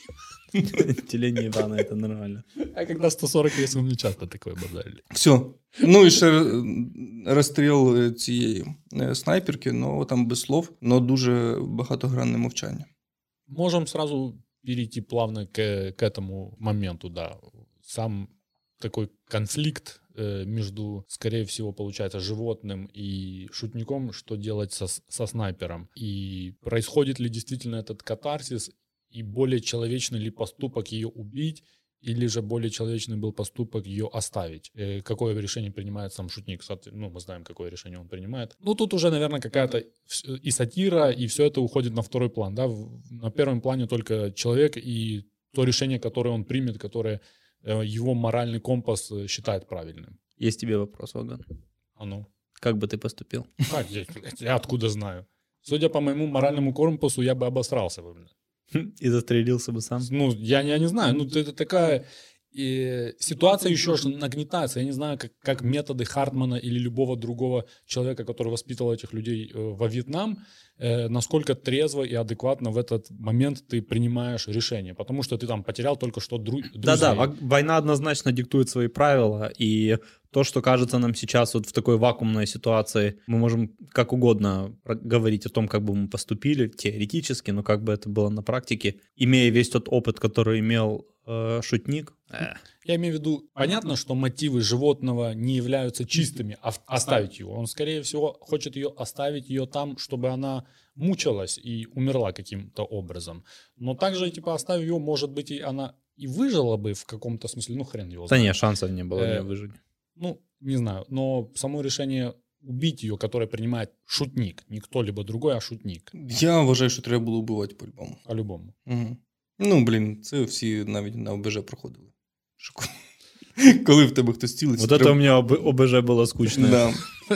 Тюлень ебаный, это нормально. А когда 140 весов, не часто такое базарили. Все. Ну і ще розстріл цієї снайперки, ну там без слов, но дуже багатогранне мовчання. Можем сразу перейти плавно к этому моменту, да. Сам такой конфликт между, скорее всего, получается, животным и шутником, что делать со снайпером. И происходит ли действительно этот катарсис, и более человечный ли поступок ее убить, или же более человечный был поступок ее оставить. Какое решение принимает сам шутник? Ну, мы знаем, какое решение он принимает. Ну, тут уже, наверное, какая-то и сатира, и все это уходит на второй план. Да? На первом плане только человек и то решение, которое он примет, которое его моральный компас считает правильным. Есть тебе вопрос, Ваган? А ну? Как бы ты поступил? Как? Я откуда знаю? Судя по моему моральному компасу, я бы обосрался бы. И застрелился бы сам? Ну, я не знаю. Ну, это такая... ситуация еще нагнетается. Я не знаю, как методы Хартмана или любого другого человека, который воспитывал этих людей во Вьетнам, насколько трезво и адекватно в этот момент ты принимаешь решение. Потому что ты там потерял только что друзей. Да-да, война однозначно диктует свои правила, и то, что кажется нам сейчас вот в такой вакуумной ситуации, мы можем как угодно говорить о том, как бы мы поступили теоретически, но как бы это было на практике, имея весь тот опыт, который имел шутник. Я имею в виду, понятно, что мотивы животного не являются чистыми, оставить его. Он, скорее всего, хочет ее оставить ее там, чтобы она мучилась и умерла каким-то образом. Но также, типа, оставив ее, может быть, и она и выжила бы в каком-то смысле, ну, хрен его знает. Да нет, шансов не было не выжить. Ну, не знаю, но само решение убить ее, которое принимает шутник, не кто-либо другой, а шутник. Я вважаю, що треба було вбивати по-любому. По-любому. Угу. Ну, блін, це всі навіть на ОБЖ проходили. Коли в тебе хтось цілиться. Вот это у меня ОБЖ было скучно. Да.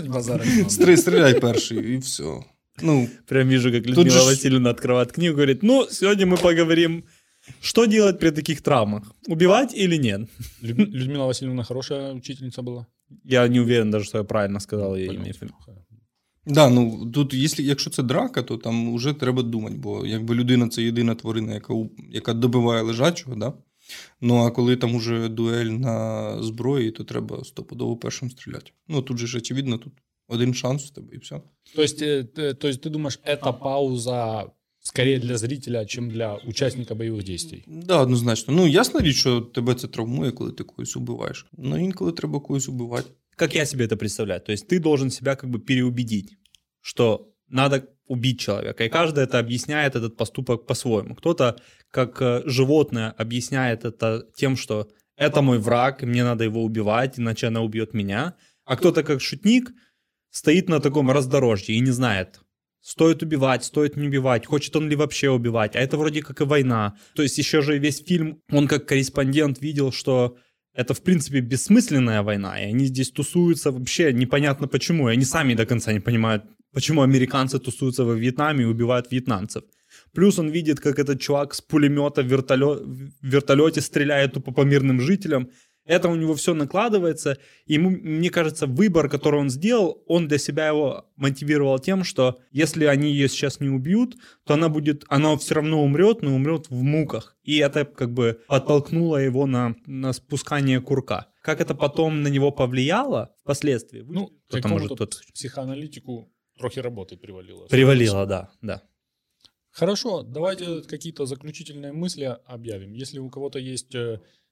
Стріляй перший, і все. Ну, прям вижу, как Людмила Васильевна открывает книгу, говорит, ну, сегодня мы поговорим, что делать при таких травмах, убивать или нет. Людмила Васильевна хорошая учительница была? Я не уверен даже, что я правильно сказал ее имя. Да, ну тут, якщо це драка, то там вже треба думати, бо якби людина це єдина тварина, яка добиває лежачого, да? Ну а коли там уже дуель на зброї, то треба стопудово першим стріляти. Ну тут же ж очевидно, тут один шанс у тебе і все. То есть ты думаешь, это пауза скорее для зрителя, чем для учасника бойових дій? Да, однозначно. Ну ясна річ, що тебе це травмує, коли ти когось убиваєш. Ну інколи треба когось убивати. Как я себе это представляю? То есть ты должен себя как бы переубедить, что надо убить человека. И каждый это объясняет, этот поступок по-своему. Кто-то, как животное, объясняет это тем, что это мой враг, и мне надо его убивать, иначе она убьет меня. А кто-то, как шутник, стоит на таком раздорожье и не знает, стоит убивать, стоит не убивать, хочет он ли вообще убивать. А это вроде как и война. То есть еще же весь фильм, он как корреспондент видел, что это, в принципе, бессмысленная война, и они здесь тусуются вообще непонятно почему, и они сами до конца не понимают, почему американцы тусуются во Вьетнаме и убивают вьетнамцев. Плюс он видит, как этот чувак с пулемета в вертолете стреляет тупо по мирным жителям. Это у него все накладывается, и ему, мне кажется, выбор, который он сделал, он для себя его мотивировал тем, что если они ее сейчас не убьют, то она все равно умрет, но умрет в муках. И это как бы подтолкнуло его на спускание курка. Как это потом на него повлияло впоследствии? Ну, какому-то психоаналитику трохи работы привалило. Привалило, да. Хорошо, давайте какие-то заключительные мысли объявим. Если у кого-то есть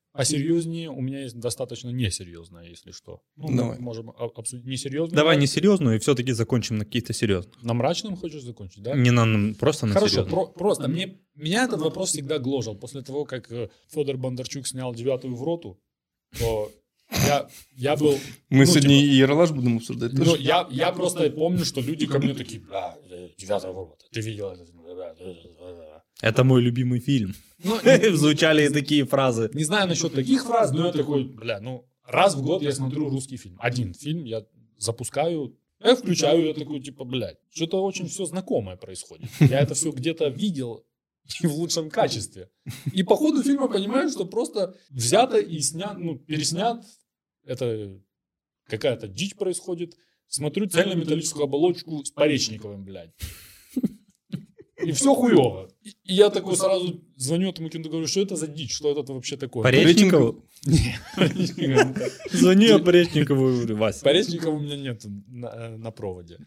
А серьезнее у меня есть достаточно несерьезное, если что. Ну, Давай. мы можем обсудить несерьезное. Давай не серьезную и все-таки закончим на каких-то серьезных. На мрачном хочешь закончить, да? Не на просто на Хорошо, серьезных. просто меня этот вопрос всегда гложил. После того, как Федор Бондарчук снял «Девятую в роту», то я был... Мы сегодня и Ералаш будем обсуждать Ну, тоже. я просто помню, что люди ко мне такие, бля, «Девятая в роту», ты видел это? Это мой любимый фильм. Ну, Звучали такие фразы. Не знаю насчет таких фраз, но я такой, бля, ну, раз в год я смотрю русский фильм. Один фильм я запускаю, я включаю, я такой, типа, блядь, что-то очень все знакомое происходит. Я это все где-то видел и в лучшем качестве. И по ходу фильма понимаю, что просто взято и снят, ну, переснят. Это какая-то дичь происходит. Смотрю цельнометаллическую оболочку с Поречниковым, блядь. И все хуево. И я такой сразу звоню этому кино, говорю, что это за дичь, что это вообще такое? Поречникову? Поречников. Звони Поречникову, говорю, Вася. Поречникова у меня нет на проводе.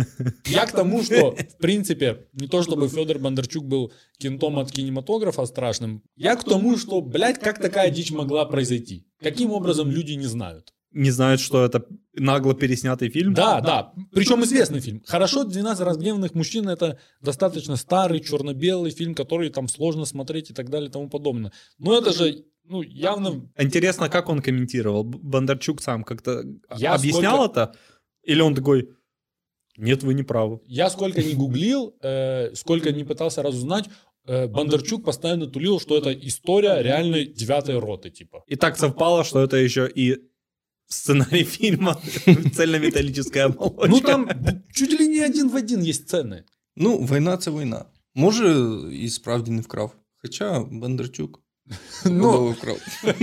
Я к тому, что, в принципе, не то чтобы Федор Бондарчук был кентом от кинематографа страшным, я к тому, что, блядь, как такая дичь могла произойти? Каким образом люди не знают? Не знают, что это нагло переснятый фильм? Да. Причем известный фильм. Хорошо, «12 разгневанных мужчин» — это достаточно старый, черно-белый фильм, который там сложно смотреть и так далее и тому подобное. Но это же, ну, явно... Интересно, как он комментировал? Бондарчук сам как-то Я объяснял это? Или он такой, нет, вы не правы? Я сколько не гуглил, сколько не пытался разузнать, Бондарчук постоянно тулил, что это история реальной 9-й роты, типа. И так совпало, что это еще и сценарий фильма «Цельнометаллическая оболочка». Ну там чуть ли не один в один є сцени. Ну, війна – це війна. Може, і справді не вкрав. Хоча Бондарчук Ну, вкрав.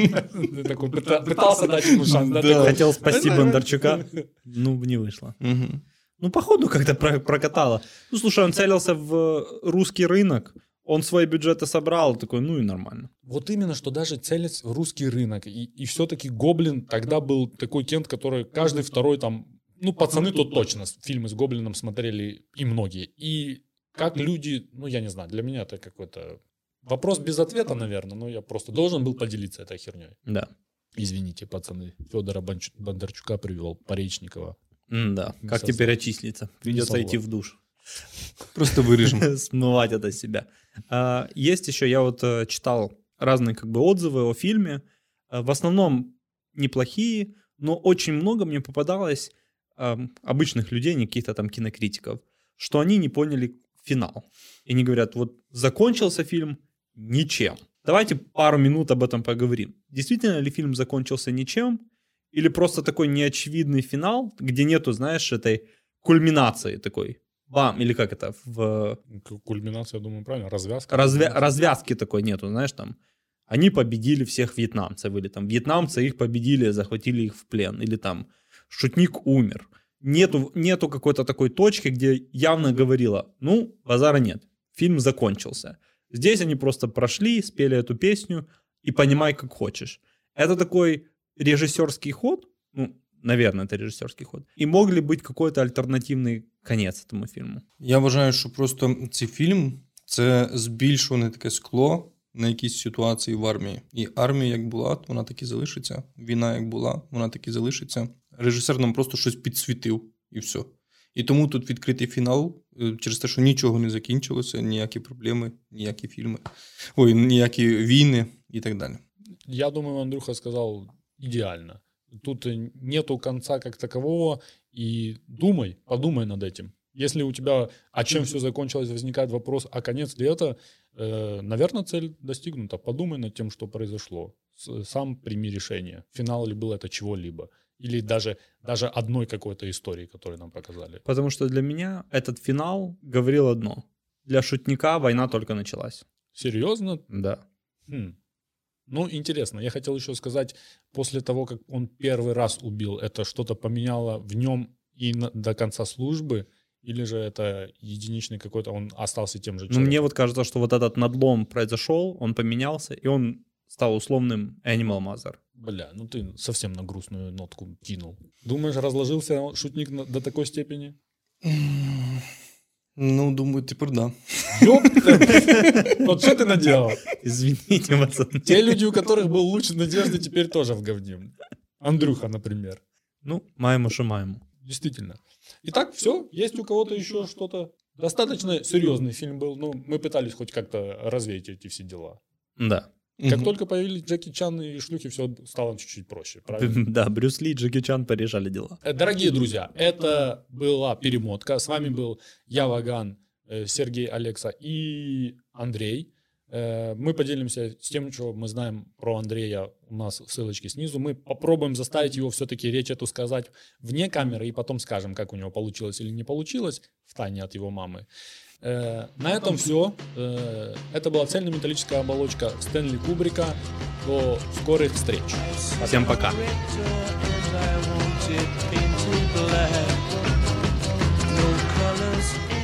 Ты такой пытался дать ему шанс, да? такой, Хотел спасти Бондарчука, ну, не вышло. Мгм. Ну, походу, как-то прокатало. Ну, слушай, он целился в русский рынок, он свои бюджеты собрал, такой, ну и нормально. Вот именно, что даже целясь в русский рынок. И все-таки «Гоблин» тогда был такой кент, который каждый второй там... Ну, пацаны то точно фильмы с «Гоблином» смотрели и многие. И как люди... Ну, я не знаю, для меня это какой-то... Вопрос без ответа, наверное, но я просто должен был поделиться этой херней. Да. Извините, пацаны. Федора Бондарчука привел, Поречникова. Да, как Со теперь зла. отчислиться? Придется со идти зла. в душ. Просто виріжемо. Смывать это с себя. Есть еще, я вот читал разные как бы отзывы о фильме. В основном неплохие, но очень много мне попадалось обычных людей, не каких-то там кинокритиков, что они не поняли финал. И они говорят, вот закончился фильм ничем. Давайте пару минут об этом поговорим. Действительно ли фильм закончился ничем? Или просто такой неочевидный финал, где нету, знаешь, этой кульминации такой? Бам, или как это? Кульминация, я думаю, правильно? Развязка? Развязки такой нету, знаешь, там. Они победили всех вьетнамцев, или там вьетнамцы их победили, захватили их в плен, или там шутник умер. Нету какой-то такой точки, где явно говорила, ну, базара нет, фильм закончился. Здесь они просто прошли, спели эту песню и понимай, как хочешь. Это такой режиссерский ход, ну, наверное, это режиссерский ход. И мог ли быть какой-то альтернативний кінець этому фільму? Я вважаю, що просто цей фільм – це збільшуване таке скло на якісь ситуації в армії. І армія як була, вона так і залишиться. Війна як була, вона так і залишиться. Режисер нам просто щось підсвітив і все. І тому тут відкритий фінал через те, що нічого не закінчилося, ніякі проблеми, ніякі фільми, ніякі війни і так далі. Я думаю, Андрюха сказал идеально. Тут нету конца как такового, и подумай над этим. Если у тебя, а чем все закончилось, возникает вопрос, а конец ли это, наверное, цель достигнута. Подумай над тем, что произошло. Сам прими решение. Финал ли был это чего-либо. Или даже одной какой-то истории, которую нам показали. Потому что для меня этот финал говорил одно. Для шутника война только началась. Серьезно? Да. Ну, интересно. Я хотел еще сказать, после того, как он первый раз убил, это что-то поменяло в нем и до конца службы? Или же это единичный какой-то, он остался тем же Ну, человеком? мне вот кажется, что вот этот надлом произошел, он поменялся, и он стал условным Animal Mother. Бля, ну ты совсем на грустную нотку кинул. Думаешь, разложился шутник до такой степени? Ну, думаю, тепер да. Ёпта. Вот что ты наделал? Извините, пацаны. Те люди, у которых был луч надежды, теперь тоже в говне. Андрюха, например. Ну, маємо, що маємо. Действительно. Итак, все. Есть у кого-то еще что-то? Достаточно серьезный фильм был. Ну, мы пытались хоть как-то развеять эти все дела. Да. Как только появились Джеки Чан и шлюхи, все стало чуть-чуть проще, правильно? Да, Брюс Ли и Джеки Чан порешали дела. Дорогие друзья, это была перемотка. С вами был я, Ваган, Сергей, Алекса и Андрей. Мы поделимся с тем, что мы знаем про Андрея. У нас ссылочки снизу. Мы попробуем заставить его все-таки речь эту сказать вне камеры и потом скажем, как у него получилось или не получилось, втайне от его мамы. На этом все. Это была цельнометаллическая оболочка Стэнли Кубрика. До скорых встреч. Всем пока. No colors